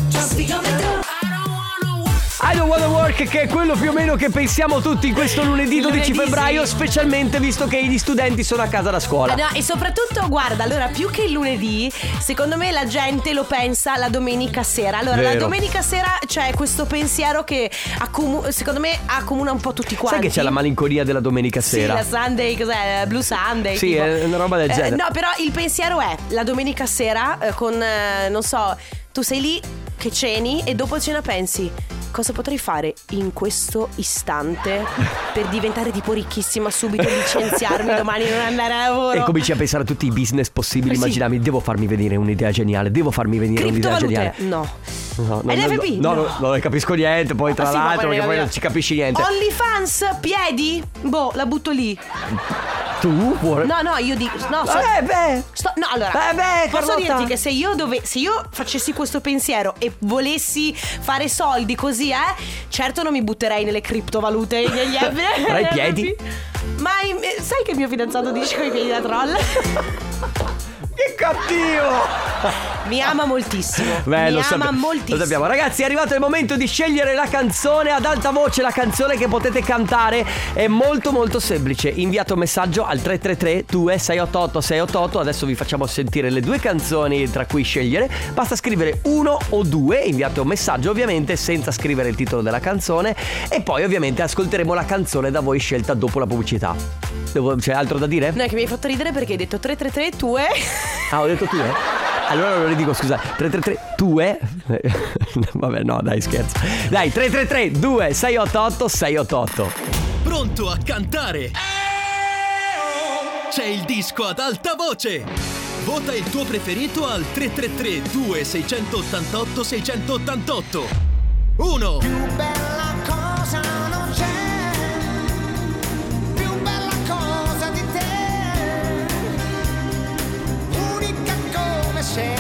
I don't wanna work, che è quello più o meno che pensiamo tutti in questo lunedì Il dodici lunedì, febbraio, sì. specialmente visto che gli studenti sono a casa da scuola. Eh no, e soprattutto, guarda, allora più che il lunedì, secondo me la gente lo pensa la domenica sera. Allora, Vero. la domenica sera c'è questo pensiero che accomu- secondo me accomuna un po' tutti quanti. Sai che c'è la malinconia della domenica Sì, sera? la Sunday, cos'è? Blue Sunday. Sì, tipo. è una roba del Eh, genere. no, però il pensiero è la domenica sera eh, con, eh, non so, tu sei lì che ceni e dopo cena pensi: cosa potrei fare in questo istante per diventare tipo ricchissima subito, licenziarmi domani e non andare a lavoro? E cominci a pensare a tutti i business possibili, Eh sì. immaginabili. Devo farmi venire un'idea geniale, devo farmi venire un'idea Criptovalute? geniale. No. No, no, N F P? no, no, No. no, non ne capisco niente. Poi tra Ah, sì, ma l'altro, poi perché ne poi non capisco. ci capisci niente. OnlyFans, piedi? Boh, la butto lì. Tu? Vuoi- No, no, io dico no, so- Eh beh. sto- no, allora Eh beh, posso Carlotta. dirti che se io dove se io facessi questo pensiero e volessi fare soldi così, eh, certo non mi butterei nelle criptovalute negli F- Tra i piedi? Ma in- eh, sai che il mio fidanzato dice con i piedi da troll? Che cattivo! Mi ama moltissimo. Beh, Mi lo, ama sape- moltissimo. lo sappiamo. Ragazzi, è arrivato il momento di scegliere la canzone ad alta voce, la canzone che potete cantare. È molto molto semplice. Inviate un messaggio al tre tre tre due sei otto otto sei otto otto. Adesso vi facciamo sentire le due canzoni tra cui scegliere. Basta scrivere uno o due. Inviate un messaggio ovviamente senza scrivere il titolo della canzone. E poi ovviamente ascolteremo la canzone da voi scelta dopo la pubblicità. Devo- C'è altro da dire? No, è che mi hai fatto ridere perché hai detto tre tre tre due. Ah, ho detto tu, eh? Allora lo ridico, scusa. tre tre tre due Vabbè, no, dai, scherzo. Dai, tre tre tre due sei otto otto sei otto otto. Pronto a cantare? C'è il disco ad alta voce. Vota il tuo preferito al tre tre tre due sei otto otto sei otto otto. uno. Più bella cosa non c'è, più bella cosa di te, unica come sei,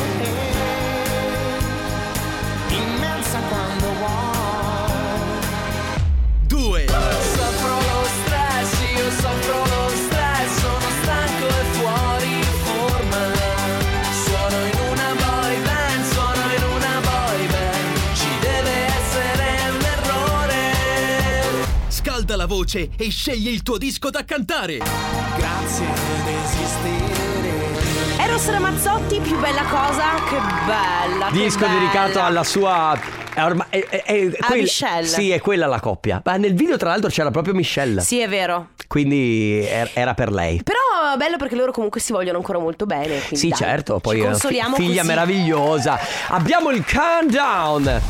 immensa quando vuoi. due. Soffro lo stress, io soffro lo stress, sono stanco e fuori forma. Suono in una boy band, suono in una boy band, ci deve essere un errore. Scalda la voce e scegli il tuo disco da cantare. Grazie ad esistere. Eros Ramazzotti, più bella cosa, che bella. che Disco bella. dedicato alla sua. È ormai, è, è, è A quel- Michelle. Sì, è quella la coppia. Ma nel video, tra l'altro, c'era proprio Michelle. Sì, è vero. Quindi er- era per lei. Però bello perché loro comunque si vogliono ancora molto bene. quindi Sì, dai, certo. ci Poi è una fi- consoliamo figlia così. meravigliosa. Abbiamo il countdown.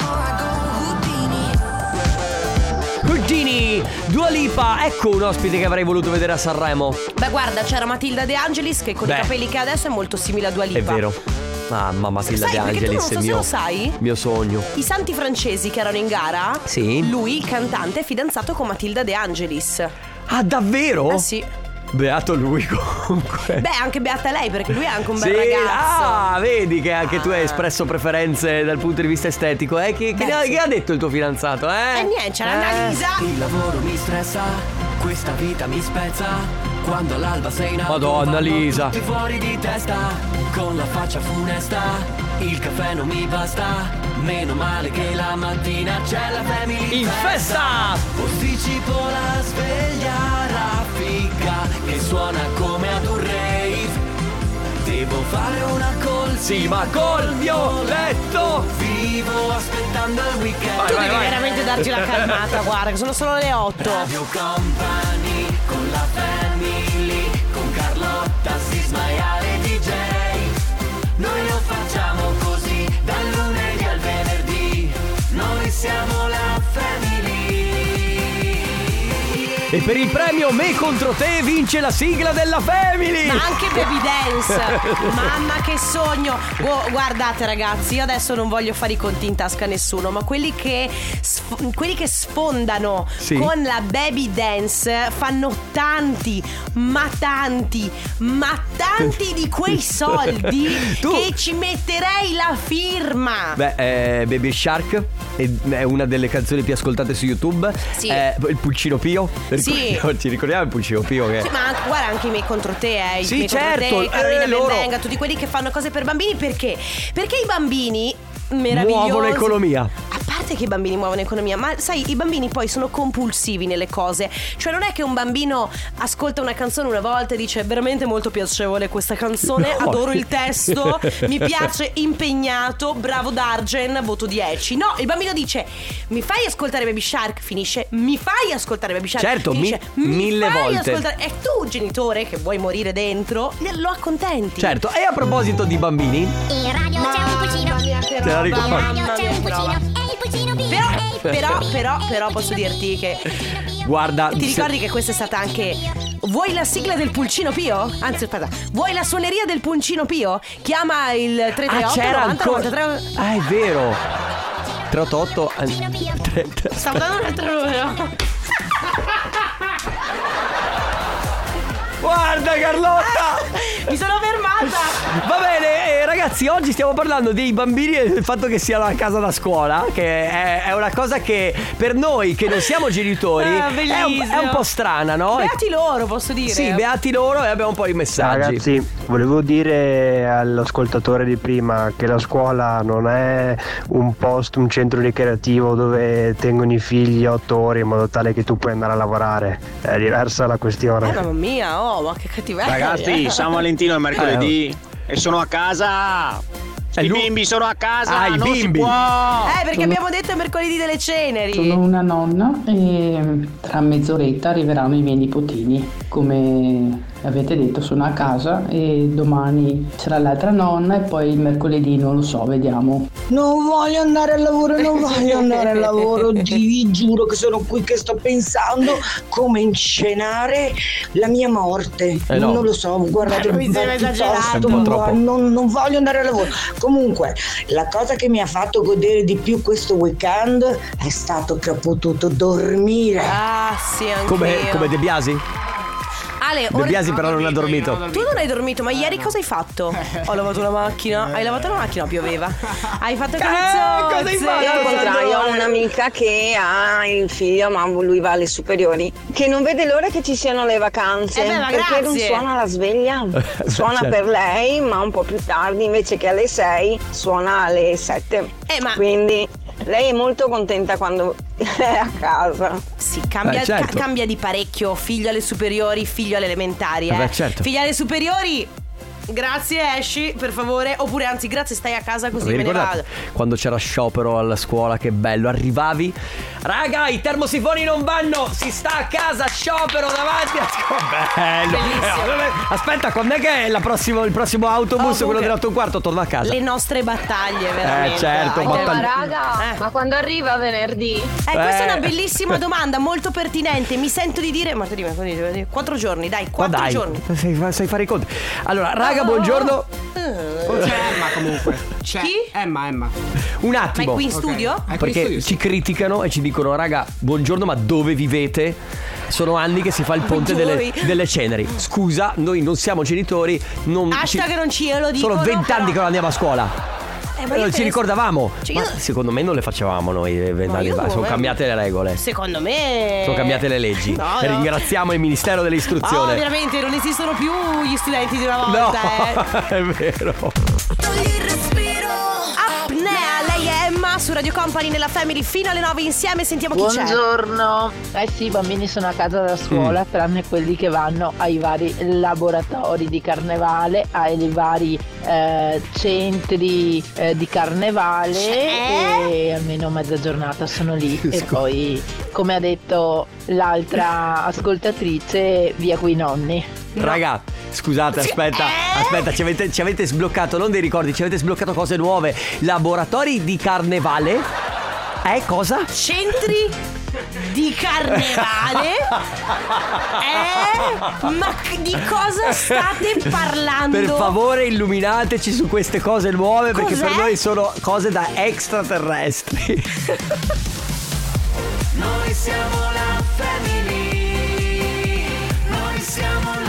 Houdini, Dua Lipa. Ecco un ospite che avrei voluto vedere a Sanremo. Beh, guarda, c'era Matilda De Angelis che con Beh. i capelli che ha adesso è molto simile a Dua È Lipa. vero. Mamma, Matilda Sai, De perché tu Angelis non so è il se mio, lo sai? mio sogno. I santi francesi che erano in gara, Sì. lui, il cantante, è fidanzato con Matilda De Angelis. Ah, davvero? Eh sì. Beato lui comunque. Beh, anche beata lei, perché lui è anche un bel Sì, ragazzo. ah, vedi che anche tu hai espresso preferenze dal punto di vista estetico. Eh? Che, che, Beh, ne- sì. che ha detto il tuo fidanzato? Eh, E niente, c'era Eh. Annalisa. Il lavoro mi stressa, questa vita mi spezza, quando all'alba sei in auto Madonna, vanno Lisa. tutti fuori di testa, con la faccia funesta, il caffè non mi basta, meno male che la mattina c'è la family In festa! Posticipo la sveglia raffica che suona come ad un rave, devo fare una call Sì, ma col mio letto vivo aspettando il weekend. Vai, Tu vai, devi vai. veramente darci la calmata, guarda, che sono solo le otto. Radio Company con la family, con Carlotta, Sisma e Ale D J. Noi lo facciamo così, dal lunedì al venerdì. Noi siamo la family. E per il premio Me contro te vince la sigla della Family. Ma anche Baby Dance. Mamma che sogno. Oh, guardate ragazzi, io adesso non voglio fare i conti in tasca a nessuno, ma quelli che sf- quelli che sfondano Sì. con la Baby Dance fanno tanti, ma tanti, ma tanti di quei soldi Tu- che ci metterei la firma. Beh, eh, Baby Shark è, è una delle canzoni più ascoltate su YouTube. Sì. Eh, il Pulcino Pio. Sì. Ricordiamo- Ci ricordiamo il Pulcino Pio che... Sì, ma anche, guarda anche i miei contro te, eh, i Sì, miei certo, contro te, Carolina eh, loro- Benvenga, tutti quelli che fanno cose per bambini. Perché? Perché i bambini meravigliosi muovono economia. A parte che i bambini muovono economia, ma sai, i bambini poi sono compulsivi nelle cose. Cioè non è che un bambino ascolta una canzone una volta e dice: veramente molto piacevole questa canzone, No. adoro il testo, mi piace, impegnato, bravo Dargen, voto dieci. No, il bambino dice: mi fai ascoltare Baby Shark, finisce, mi fai ascoltare Baby Shark, Certo, mi- finisce, mi mille fai volte. ascoltare. E tu, genitore, che vuoi morire dentro, lo accontenti. Certo, e a proposito di bambini, In radio c'è un pulcino. te la ricordo. In radio c'è un pulcino. E il pulcino Pio. Però, e il però, pulcino però, però posso dirti che Guarda, ti se- ricordi che questa è stata anche. Vuoi la sigla del Pulcino Pio? Anzi, aspetta, vuoi la suoneria del Pulcino Pio? Chiama il tre tre Ah, otto c'era novanta ancora. novantatré. Ah, è vero. tre otto otto tre- tre- Stavo dando un altro numero. Guarda Carlotta! Mi sono fermata. Va bene, eh, ragazzi, oggi stiamo parlando dei bambini e del fatto che siano a casa da scuola, che è, è una cosa che per noi che non siamo genitori Ah, è, un, bellissimo. è un po' strana, no? Beati loro, posso dire. Sì, beati loro, e abbiamo un po' di messaggi. Ragazzi, volevo dire all'ascoltatore di prima che la scuola non è un posto, un centro ricreativo dove tengono i figli otto ore in modo tale che tu puoi andare a lavorare. È diversa la Eh, questione. mamma mia, oh, ma che cattiveria. Ragazzi, San Valentino è mercoledì e sono a casa. Eh, I lui- bimbi sono a casa, Ah, i non bimbi. si può. Eh, perché abbiamo detto è mercoledì delle ceneri. Sono una nonna e tra mezz'oretta arriveranno i miei nipotini. Come avete detto, sono a casa e domani c'era l'altra nonna e poi il mercoledì non lo so, vediamo. Non voglio andare al lavoro, non voglio andare al lavoro, vi giuro che sono qui che sto pensando come inscenare la mia morte. Eh no. Non lo so, guardate, Mi sembra esagerato. È un po' troppo. non, non voglio andare al lavoro. Comunque, la cosa che mi ha fatto godere di più questo weekend è stato che ho potuto dormire. Ah, sì, anche Come, io. come De Biasi? Ale, De ora- Biasi però non ha dormito. Tu non hai dormito, ma ieri cosa hai fatto? Ho lavato la macchina. Hai lavato la macchina? Pioveva. Hai fatto cosa hai cazzozze. fatto? Io al contrario ho un'amica che ha il figlio, ma lui va alle superiori, che non vede l'ora che ci siano le vacanze. Eh beh, ma perché non grazie. suona la sveglia. Suona certo. per lei, ma un po' più tardi, invece che alle sei, suona alle sette. Eh, ma- Quindi lei è molto contenta quando è a casa. Sì, cambia, Eh, certo. ca- cambia di parecchio. Figlio alle superiori, figlio alle elementari. Eh. Eh beh, certo. Figlio alle superiori. Grazie, esci, per favore. Oppure anzi, grazie, stai a casa così Vi me ne ricordate vado. quando c'era sciopero alla scuola? Che bello, arrivavi, raga, i termosifoni non vanno, si sta a casa, sciopero davanti a scuola. Bello. Bellissimo. Eh, vabbè, aspetta, quando è che è la prossimo, il prossimo autobus, Oh, quello comunque, delle otto e un quarto, torno a casa? Le nostre battaglie, veramente. Eh, certo, Ai ma tempi- tal- raga, Eh. ma quando arriva venerdì? Eh, questa è Eh. una bellissima domanda, molto pertinente. Mi sento di dire. Martedì, mercoledì, giovedì, quattro giorni, dai, Ma quattro dai, giorni. sai, sai fare i conti. Allora, raga, Oh. buongiorno. C'è Emma comunque. C'è Chi? Emma, Emma. Un Ma è attimo. qui in Ok. studio? È qui in Perché studio, sì. ci criticano e ci dicono, raga, buongiorno, ma dove vivete? Sono anni che si fa il ponte delle, Buongiorno. delle ceneri. Scusa, noi non siamo genitori. Non Hashtag non ci lo dicono. Sono vent'anni che non andiamo a scuola. Eh, ma Eh, io ci penso- ricordavamo. Cioè, Ma io- secondo me non le facevamo noi eh, vent'anni io fa. Sono non- cambiate le regole. Secondo me. Sono cambiate le leggi. No, no. Ringraziamo il Ministero dell'istruzione. Oh, veramente, non esistono più gli studenti di una No, volta, eh. è vero. Apnea, lei è Emma su Radio Company nella Family fino alle nove insieme. Sentiamo chi c'è. Buongiorno. Eh sì, i bambini sono a casa da scuola, tranne quelli che vanno ai vari laboratori di carnevale, ai vari eh, centri eh, di carnevale e almeno mezza giornata sono lì. E poi, come ha detto l'altra ascoltatrice, via coi nonni. Raga, scusate, aspetta, aspetta, ci avete, ci avete sbloccato non dei ricordi, ci avete sbloccato cose nuove. Laboratori di carnevale? Eh, cosa? Centri di carnevale? Eh? Ma di cosa state parlando? Per favore illuminateci su queste cose nuove. Cos'è? Perché per noi sono cose da extraterrestri. Noi siamo la family. Noi siamo la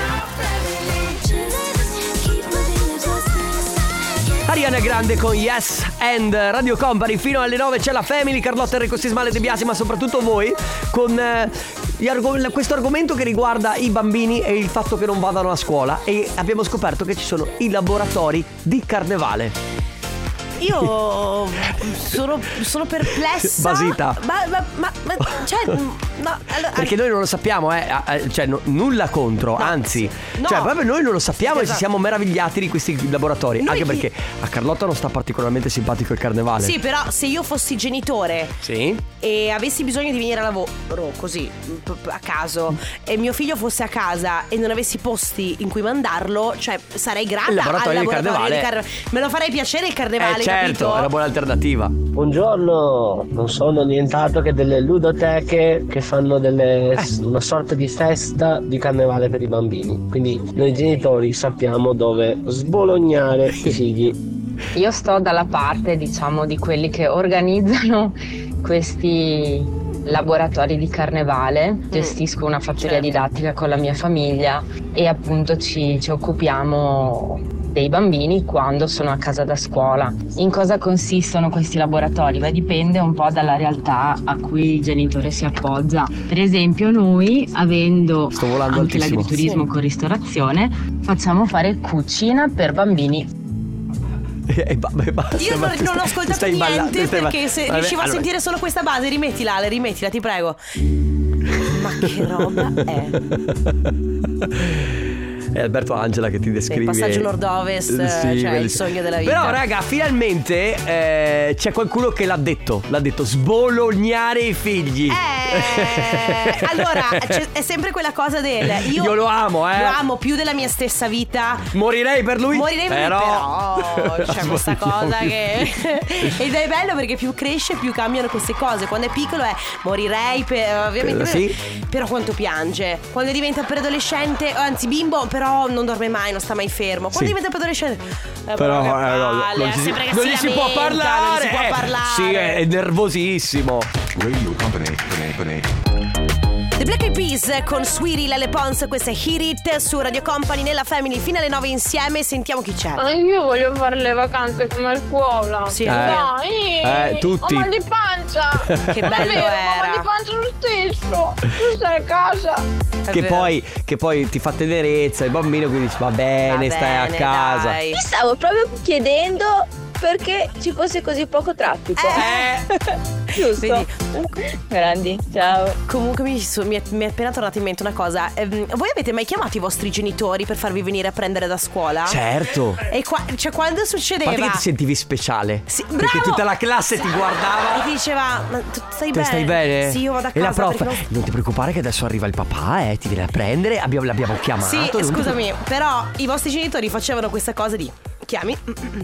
Ariana Grande con Yes and Radio Company. Fino alle nove c'è la Family, Carlotta, Enrico Sismale, De Biasi, ma soprattutto voi con eh, gli argom- questo argomento che riguarda i bambini e il fatto che non vadano a scuola. E abbiamo scoperto che ci sono i laboratori di carnevale. Io sono, sono perplessa. Basita. Ma, ma, ma, ma cioè, no, allora, perché noi non lo sappiamo, eh, cioè no, nulla contro, no, anzi, no. Cioè proprio noi non lo sappiamo, esatto. E ci siamo meravigliati di questi laboratori. Noi anche chi... perché a Carlotta non sta particolarmente simpatico il carnevale. Sì, però se io fossi genitore, sì, e avessi bisogno di venire a lavoro così a caso e mio figlio fosse a casa e non avessi posti in cui mandarlo, cioè sarei grata al laboratorio di carnevale. Di car... Me lo farei piacere il carnevale, eh, certo, capito? È una buona alternativa. Buongiorno, non sono nient'altro che delle ludoteche che fanno delle, eh. una sorta di festa di carnevale per i bambini. Quindi noi genitori sappiamo dove sbolognare i figli. Io sto dalla parte, diciamo, di quelli che organizzano questi laboratori di carnevale. Gestisco una fattoria certo. didattica con la mia famiglia e appunto ci, ci occupiamo dei bambini quando sono a casa da scuola. In cosa consistono questi laboratori? Beh, dipende un po' dalla realtà a cui il genitore si appoggia. Per esempio noi, avendo anche altissimo. l'agriturismo sì. con ristorazione, facciamo fare cucina per bambini. Eh, vabbè, basta, Io non, non ho ascoltato niente perché se vabbè, riuscivo allora. a sentire solo questa base. Rimettila Ale, rimettila, ti prego. Ma che roba è? È Alberto Angela che ti descrive il passaggio nord-ovest, sì, cioè il sogno della vita. Però raga, finalmente eh, c'è qualcuno che l'ha detto. L'ha detto, sbolognare i figli. Eh, allora c'è, è sempre quella cosa del Io, io lo amo, eh Lo amo più della mia stessa vita. Morirei per lui. Morirei per però... lui, però c'è questa cosa che ed è bello perché più cresce più cambiano queste cose. Quando è piccolo è morirei per ovviamente sì. Però quanto piange. Quando diventa preadolescente, anzi bimbo, però non dorme mai, non sta mai fermo. Quando sì. diventa preadolescente eh, però, però eh, no, palle, non, si, non, non gli si può parlare. Non gli si può eh, parlare. Sì, è, è nervosissimo. Radio Company, Company, Company. The Black Eyed Peas con Sweetie Lele Pons. Questa è Hit It su Radio Company nella Family fino alle nove insieme. Sentiamo chi c'è. Ah, io voglio fare le vacanze come a scuola. Sì, eh. dai. Eh, tutti. Ho mal di pancia. Che bello davvero, era. ho mal di pancia lo stesso. Tu stai a casa. Che poi, che poi ti fa tenerezza il bambino, quindi dici va bene, va stai bene, a casa. Dai. Mi stavo proprio chiedendo perché ci fosse così poco traffico. Eh. Giusto. Vedi? Grandi, ciao. Comunque mi, mi, è, mi è appena tornata in mente una cosa. ehm, Voi avete mai chiamato i vostri genitori per farvi venire a prendere da scuola? Certo. E qua, cioè quando succedeva, guarda che ti sentivi speciale. Sì, perché bravo. tutta la classe ti guardava e ti diceva ma tu stai Te bene? stai bene? Sì, io vado a e casa. la prof non... non ti preoccupare che adesso arriva il papà, eh, ti viene a prendere. Abbiamo, l'abbiamo chiamato. Sì, non scusami, ti... però i vostri genitori facevano questa cosa di chiami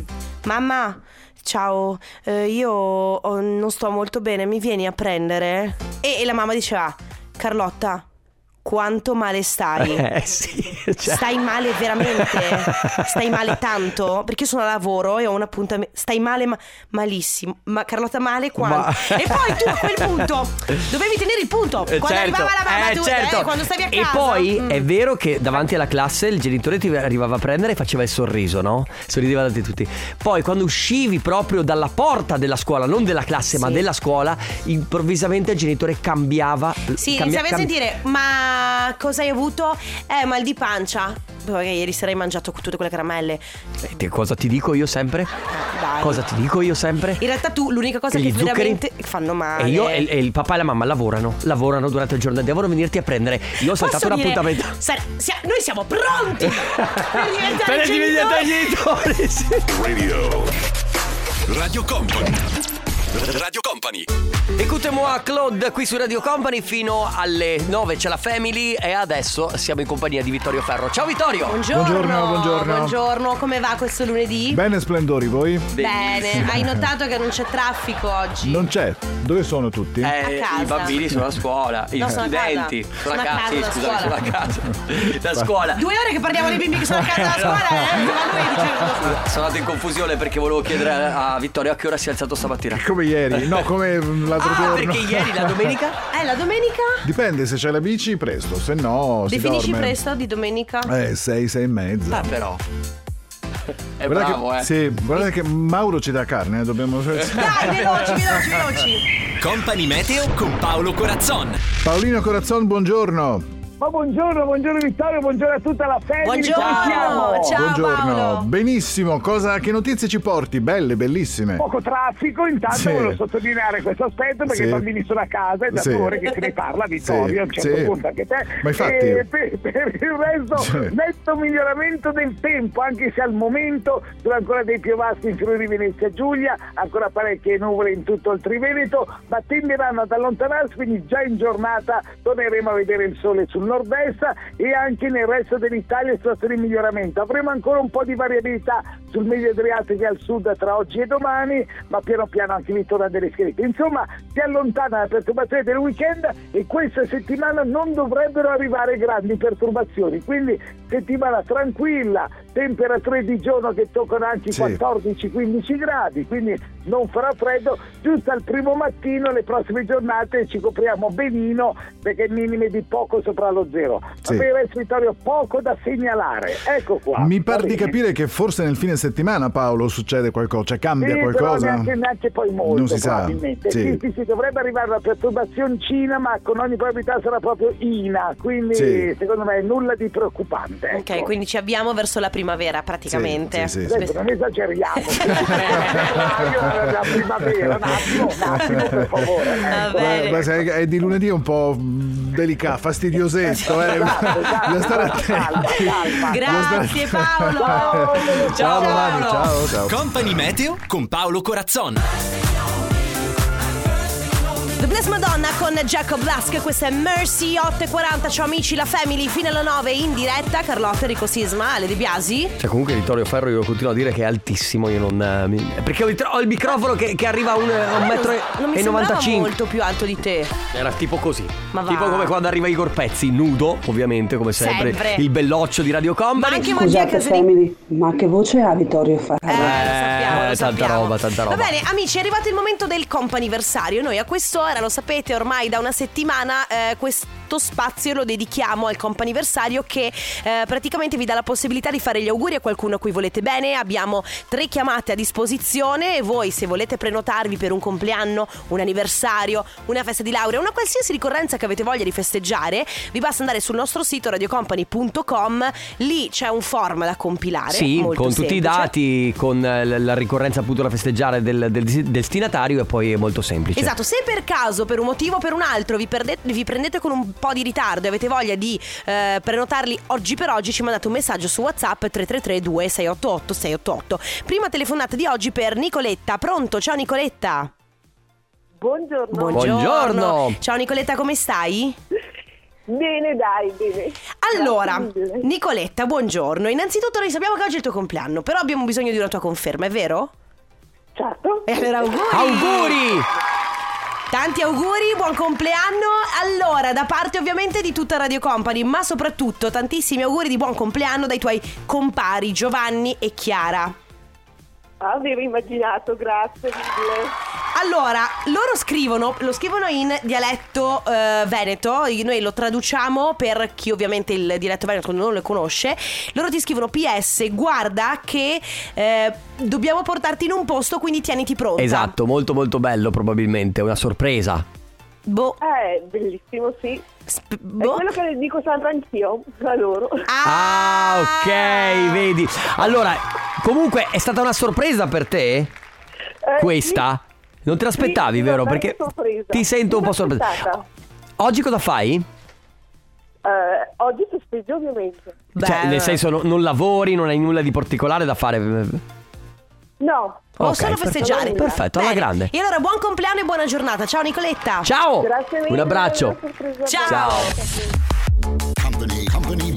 mamma, ciao, eh, io oh, non sto molto bene, mi vieni a prendere? E, e la mamma diceva, Carlotta, quanto male stai? Eh sì, cioè. Stai male veramente? Stai male tanto? Perché io sono a lavoro e ho un appuntamento. Stai male ma- malissimo. Ma Carlotta male quanto? Ma... E poi tu a quel punto dovevi tenere il punto. Quando certo. arrivava la mamma eh, tu certo. eh, quando stavi a casa. E poi mm. è vero che davanti alla classe il genitore ti arrivava a prendere e faceva il sorriso, no? Sorrideva davanti a tutti. Poi quando uscivi proprio dalla porta della scuola, non della classe sì. ma della scuola, improvvisamente il genitore cambiava. Sì, cambia, iniziavi cam... a sentire ma cosa hai avuto? Eh, mal di pancia. Perché ieri sera hai mangiato tutte quelle caramelle. Eh, cosa ti dico io sempre? Eh, dai. dai. Cosa ti dico io sempre? In realtà tu l'unica cosa Che che, gli zuccheri veramente fanno male. E io e, e il papà e la mamma lavorano, lavorano durante il giorno, devono venirti a prendere. Io ho saltato Posso un dire, appuntamento. sa- sia- noi siamo pronti per diventare Per diventare genitori. genitori, sì. Radio Radio Company. Radio Company. Écoutez-moi Claude qui su Radio Company fino alle nove c'è la Family e adesso siamo in compagnia di Vittorio Ferro. Ciao Vittorio. Buongiorno. Buongiorno, buongiorno. Buongiorno, come va questo lunedì? Bene splendori, voi? Bene. Hai notato che non c'è traffico oggi? Non c'è. Dove sono tutti? Eh, A casa. I bambini sono a scuola, i No, sono a studenti casa. sono a Sono a casa, casa sì, da scusami, sono scuola. a casa da scuola. Due ore che parliamo dei bimbi che sono a casa da scuola, eh? Ma lui dice... Sono andato in confusione perché volevo chiedere a a Vittorio a che ora si è alzato stamattina. Come ieri, no, come l'altro Ah, giorno. perché ieri la domenica? Eh, la domenica? Dipende, se c'è la bici presto, se no si Definisci dorme. presto di domenica? Eh, sei, sei e mezza. Ah, però. È Guarda bravo, che, eh. Sì, guarda che Mauro ci dà carne, eh, dobbiamo... Dai, veloci, veloci, veloci. Company Meteo con Paolo Corazzon. Paolino Corazzon, buongiorno. Ma buongiorno, buongiorno Vittorio, buongiorno a tutta la famiglia. Buongiorno, ciao Buongiorno. Paolo. Benissimo, cosa, che notizie ci porti? Belle, bellissime. Poco traffico, intanto Sì. volevo sottolineare questo aspetto perché Sì. i bambini sono a casa e da Sì. due ore che se ne parla, Vittorio, Sì. a un certo Sì. punto anche te. Ma infatti- E per, per il resto, Sì. netto miglioramento del tempo, anche se al momento sono ancora dei piovaschi in Friuli Venezia Giulia, ancora parecchie nuvole in tutto il Triveneto, ma tenderanno ad allontanarsi, quindi già in giornata torneremo a vedere il sole sul nord-est e anche nel resto dell'Italia situazione di miglioramento. Avremo ancora un po' di variabilità sul medio Adriatico e al sud tra oggi e domani, ma piano piano anche lì torna delle scritte. Insomma, si allontana la perturbazione del weekend e questa settimana non dovrebbero arrivare grandi perturbazioni, quindi settimana tranquilla, temperature di giorno che toccano anche i Sì. quattordici quindici gradi, quindi non farà freddo, giusto al primo mattino, le prossime giornate ci copriamo benino perché minime di poco sopra lo zero. Sì. Ma per il resto, Vittorio, poco da segnalare, ecco qua. Mi Va par di bene. capire che forse nel fine settimana, Paolo, succede qualcosa, cioè cambia Sì, qualcosa. però neanche, neanche poi molto, Non si sa. probabilmente. Sì. Sì, sì, sì, dovrebbe arrivare la perturbazioncina, ma con ogni probabilità sarà proprio Ina, quindi Sì. secondo me nulla di preoccupante. Ok, ecco. quindi ci avviamo verso la primavera praticamente. Sì, sì, sì, Adesso non esageriamo. La primavera, un attimo, un attimo, per favore. Va ecco. bene. Ma sai, è di lunedì è un po' delicato, fastidiosetto. Eh. Esatto, esatto, Bisogna stare esatto, calma, attenti. calma. Grazie Paolo. Ciao. Ciao, domani, Paolo. ciao, ciao. Company Meteo con Paolo Corazzon. The Bless Madonna con Jacob Blask, questa è Mercy otto e quaranta. Ciao amici, la Family fino alle nove in diretta. Carlotta, Enrico Sisma, Ale De Biasi. Cioè comunque Vittorio Ferro io continuo a dire che è altissimo. Io non eh, mi- perché ho il, tro- ho il microfono che, che arriva a un, a un metro e- Non mi e sembrava novantacinque. molto più alto di te. Era tipo così. Ma va. Tipo come quando arriva Igor Pezzi, nudo, ovviamente, come sempre, Sempre. il belloccio di Radio Ma Company. anche Magia Scusate Caserini. family, ma che voce ha Vittorio Ferro? Eh, lo sappiamo, lo tanta sappiamo. roba, tanta roba. Va bene, amici, è arrivato il momento del comp'anniversario. Noi a quest'ora, lo sapete ormai da una settimana, eh, questo spazio lo dedichiamo al comp'anniversario che eh, praticamente vi dà la possibilità di fare gli auguri a qualcuno a cui volete bene. Abbiamo tre chiamate a disposizione e voi, se volete prenotarvi per un compleanno, un anniversario, una festa di laurea, una qualsiasi ricorrenza che avete voglia di festeggiare, vi basta andare sul nostro sito radio company punto com. Lì c'è un form da compilare, Sì, molto con tutti i semplice. dati, con eh, la la ricorrenza appunto da festeggiare del, del destinatario, e poi è molto semplice. Esatto, se per caso, per un motivo o per un altro, vi, perdete, vi prendete con un po' di ritardo e avete voglia di eh, prenotarli oggi per oggi, ci mandate un messaggio su WhatsApp tre tre tre due sei otto otto sei otto otto. Prima telefonata di oggi per Nicoletta. Pronto? Ciao Nicoletta. Buongiorno. Buongiorno. Buongiorno. Ciao Nicoletta, come stai? Bene, dai, bene. Allora, Grazie mille. Nicoletta, buongiorno. Innanzitutto noi sappiamo che oggi è il tuo compleanno, però abbiamo bisogno di una tua conferma, è vero? Certo. E allora auguri! Auguri! Tanti auguri, buon compleanno. Allora, da parte ovviamente di tutta Radio Company, ma soprattutto tantissimi auguri di buon compleanno dai tuoi compari Giovanni e Chiara. Avevo immaginato, grazie mille. Allora, loro scrivono, lo scrivono in dialetto eh, veneto, noi lo traduciamo per chi ovviamente il dialetto veneto non lo conosce. Loro ti scrivono P S, guarda che eh, dobbiamo portarti in un posto, quindi tieniti pronta. Esatto, molto molto bello, probabilmente, una sorpresa. Boh. Eh, bellissimo, sì. Sp- È quello che dico sempre anch'io a loro. Ah, ok, vedi. Allora, comunque è stata una sorpresa per te? Questa? Non te l'aspettavi, sì, vero? non è Perché sorpresa. ti sento un po' Sono sorpresa. aspettata. Oggi cosa fai? Eh, oggi festeggio ovviamente. Cioè, nel senso, no- non lavori, non hai nulla di particolare da fare? No. O Ok, solo perfetto. festeggiare. Perfetto, alla Bene. grande. E allora buon compleanno e buona giornata. Ciao Nicoletta. Ciao. Grazie mille. Un abbraccio. per aver preso Ciao. Ciao. Company, company.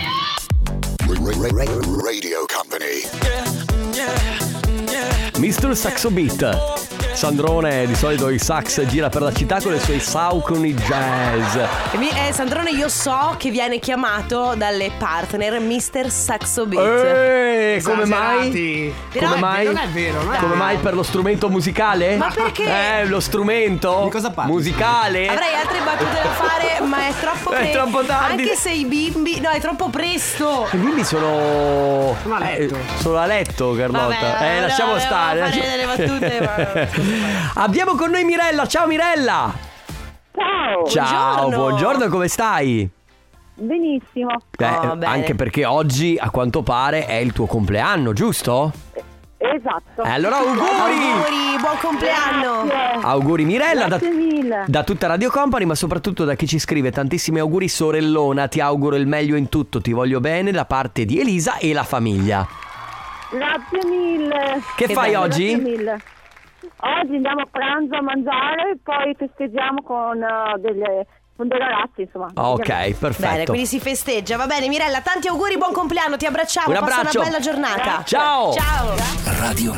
Radio Company. mister Saxo Beat. Sandrone di solito i sax gira per la città con i suoi sauconi jazz. E mi- eh, Sandrone, io so che viene chiamato dalle partner mister Saxo Beat. Eh, come mai? Esagerati. Però Come è mai? Non è vero, non è Come vero. mai per lo strumento musicale? Ma perché? Eh, lo strumento Di cosa parli? musicale. Avrei altre battute da fare, ma è troppo È presto. troppo tardi. Anche se i bimbi. No, è troppo presto. I bimbi sono Sono a letto. eh, sono a letto, Carlotta. Vabbè, eh, no, lasciamo volevo stare. fare lascia- delle battute, ma- Abbiamo con noi Mirella. Ciao Mirella. Ciao. Ciao, Buongiorno. buongiorno, come stai? Benissimo. Eh, Oh, bene. anche perché oggi a quanto pare è il tuo compleanno, giusto? Esatto. Eh, allora auguri! Auguri, buon compleanno. Grazie. Auguri Mirella da, Grazie mille. da tutta Radio Company, ma soprattutto da chi ci scrive tantissimi auguri. Sorellona, ti auguro il meglio in tutto, ti voglio bene da parte di Elisa e la famiglia. Grazie mille. Che fai bello, oggi? Grazie mille. Oggi andiamo a pranzo a mangiare, poi festeggiamo con uh, delle con dei ragazzi, insomma. Ok, Bene, perfetto. quindi si festeggia. Va bene, Mirella, tanti auguri, buon compleanno, ti abbracciamo. Un Passa abbraccio. una bella giornata. Ciao. Ciao. Radio.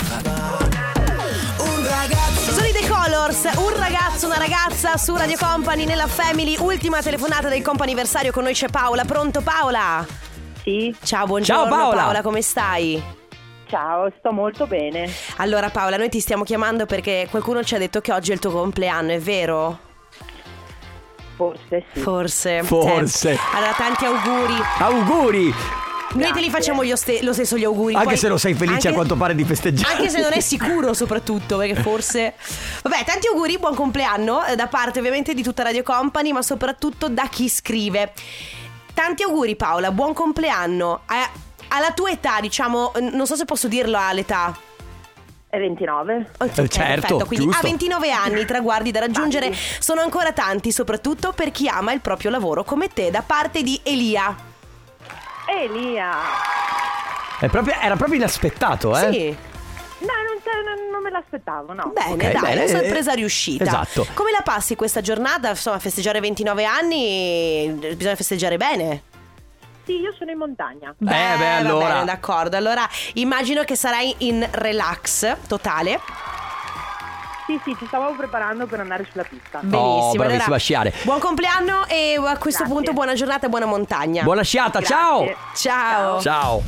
Sono i The Colors, un ragazzo, una ragazza su Radio Company nella Family. Ultima telefonata del comp'anniversario, con noi c'è Paola. Pronto Paola? Sì. Ciao, buongiorno Ciao, Paola. come stai? Ciao, sto molto bene. Allora Paola, noi ti stiamo chiamando perché qualcuno ci ha detto che oggi è il tuo compleanno, è vero? Forse sì. Forse. Forse. Eh, Allora tanti auguri. Auguri. Noi te li facciamo io ste- lo stesso gli auguri. Anche Poi- se lo sei felice anche- a quanto pare di festeggiare. Anche se non è sicuro soprattutto, perché forse... Vabbè, tanti auguri, buon compleanno eh, da parte ovviamente di tutta Radio Company, ma soprattutto da chi scrive. Tanti auguri Paola, buon compleanno. Eh, alla tua età, diciamo, eh, non so se posso dirlo all'età. È ventinove. Ok, Eh, certo, perfetto. Quindi giusto. a ventinove anni i traguardi da raggiungere sono ancora tanti, soprattutto per chi ama il proprio lavoro come te, da parte di Elia. Elia. È proprio- era proprio inaspettato, eh? Sì. No, non, non- non me l'aspettavo, no. Bene, Ok, dai, bene, una eh, sorpresa riuscita. esatto. Come la passi questa giornata? Insomma, festeggiare ventinove anni, eh, bisogna festeggiare bene. Sì, io sono in montagna. beh, va allora. bene, d'accordo. Allora, immagino che sarai in relax totale. Sì, sì, ci stavamo preparando per andare sulla pista. Benissimo. bravissima allora, a sciare. buon compleanno e a questo Grazie. punto buona giornata e buona montagna. Buona sciata, ciao. Ciao. Ciao.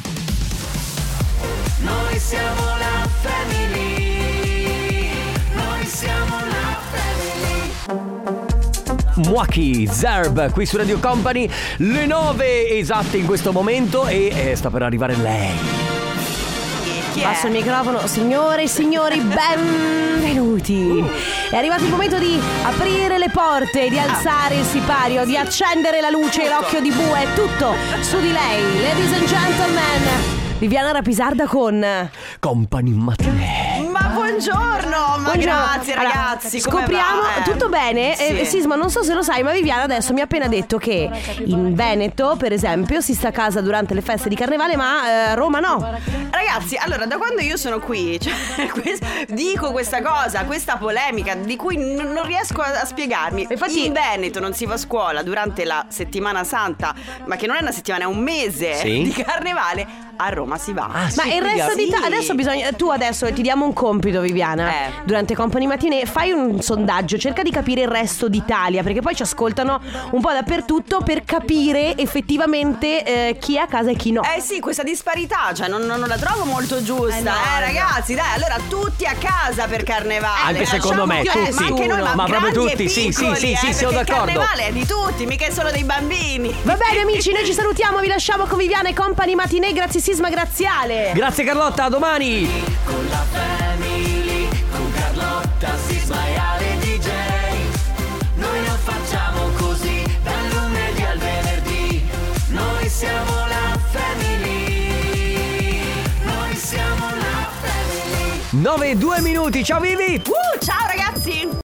Noi siamo la family. Noi siamo la family. Mwaki Zerb qui su Radio Company, le nove esatte in questo momento e eh, sta per arrivare lei. Passo il microfono, signore e signori, benvenuti. È arrivato il momento di aprire le porte, di alzare il sipario, di accendere la luce e l'occhio di bue, tutto su di lei. Ladies and gentlemen, Viviana Rapisarda con Company Matinee. Ma buongiorno, ma grazie Allora, ragazzi. scopriamo come va? Eh. tutto bene. Sì. Eh, Sisma, non so se lo sai, ma Viviana adesso mi ha appena detto che in Veneto, per esempio, si sta a casa durante le feste di carnevale, ma eh, Roma no. Ragazzi, allora da quando io sono qui, cioè, quest- dico questa cosa, questa polemica di cui n- non riesco a, a spiegarmi. Infatti- in Veneto non si va a scuola durante la settimana santa, ma che non è una settimana, è un mese Sì. di carnevale. A Roma si va. Ma il resto Sì. d'Italia adesso bisogna. Tu adesso ti diamo un compito, Viviana. Eh. Durante Company Matinee fai un sondaggio, cerca di capire il resto d'Italia, perché poi ci ascoltano un po' dappertutto per capire effettivamente eh, chi è a casa e chi no. Eh sì, questa disparità, cioè non, non la trovo molto giusta, Eh no, eh, no. ragazzi, dai, allora tutti a casa per carnevale. Anche secondo me, Lasciamo che- tutti. ma anche noi, ma, Ma proprio grandi tutti, e sì, sì, piccoli, sì, sì, eh, sono perché d'accordo. il carnevale è di tutti, mica è solo dei bambini. Va bene amici, noi ci salutiamo, vi lasciamo con Viviana e Company Matinee. Grazie Sisma, grazie Ale. Grazie Carlotta, a domani. Con la family, con Carlotta, Sisma e Ale D J. Noi lo facciamo così, dal lunedì al venerdì. Noi siamo la family. Noi siamo la family. nove e due minuti. Ciao Vivi. Uh, ciao ragazzi.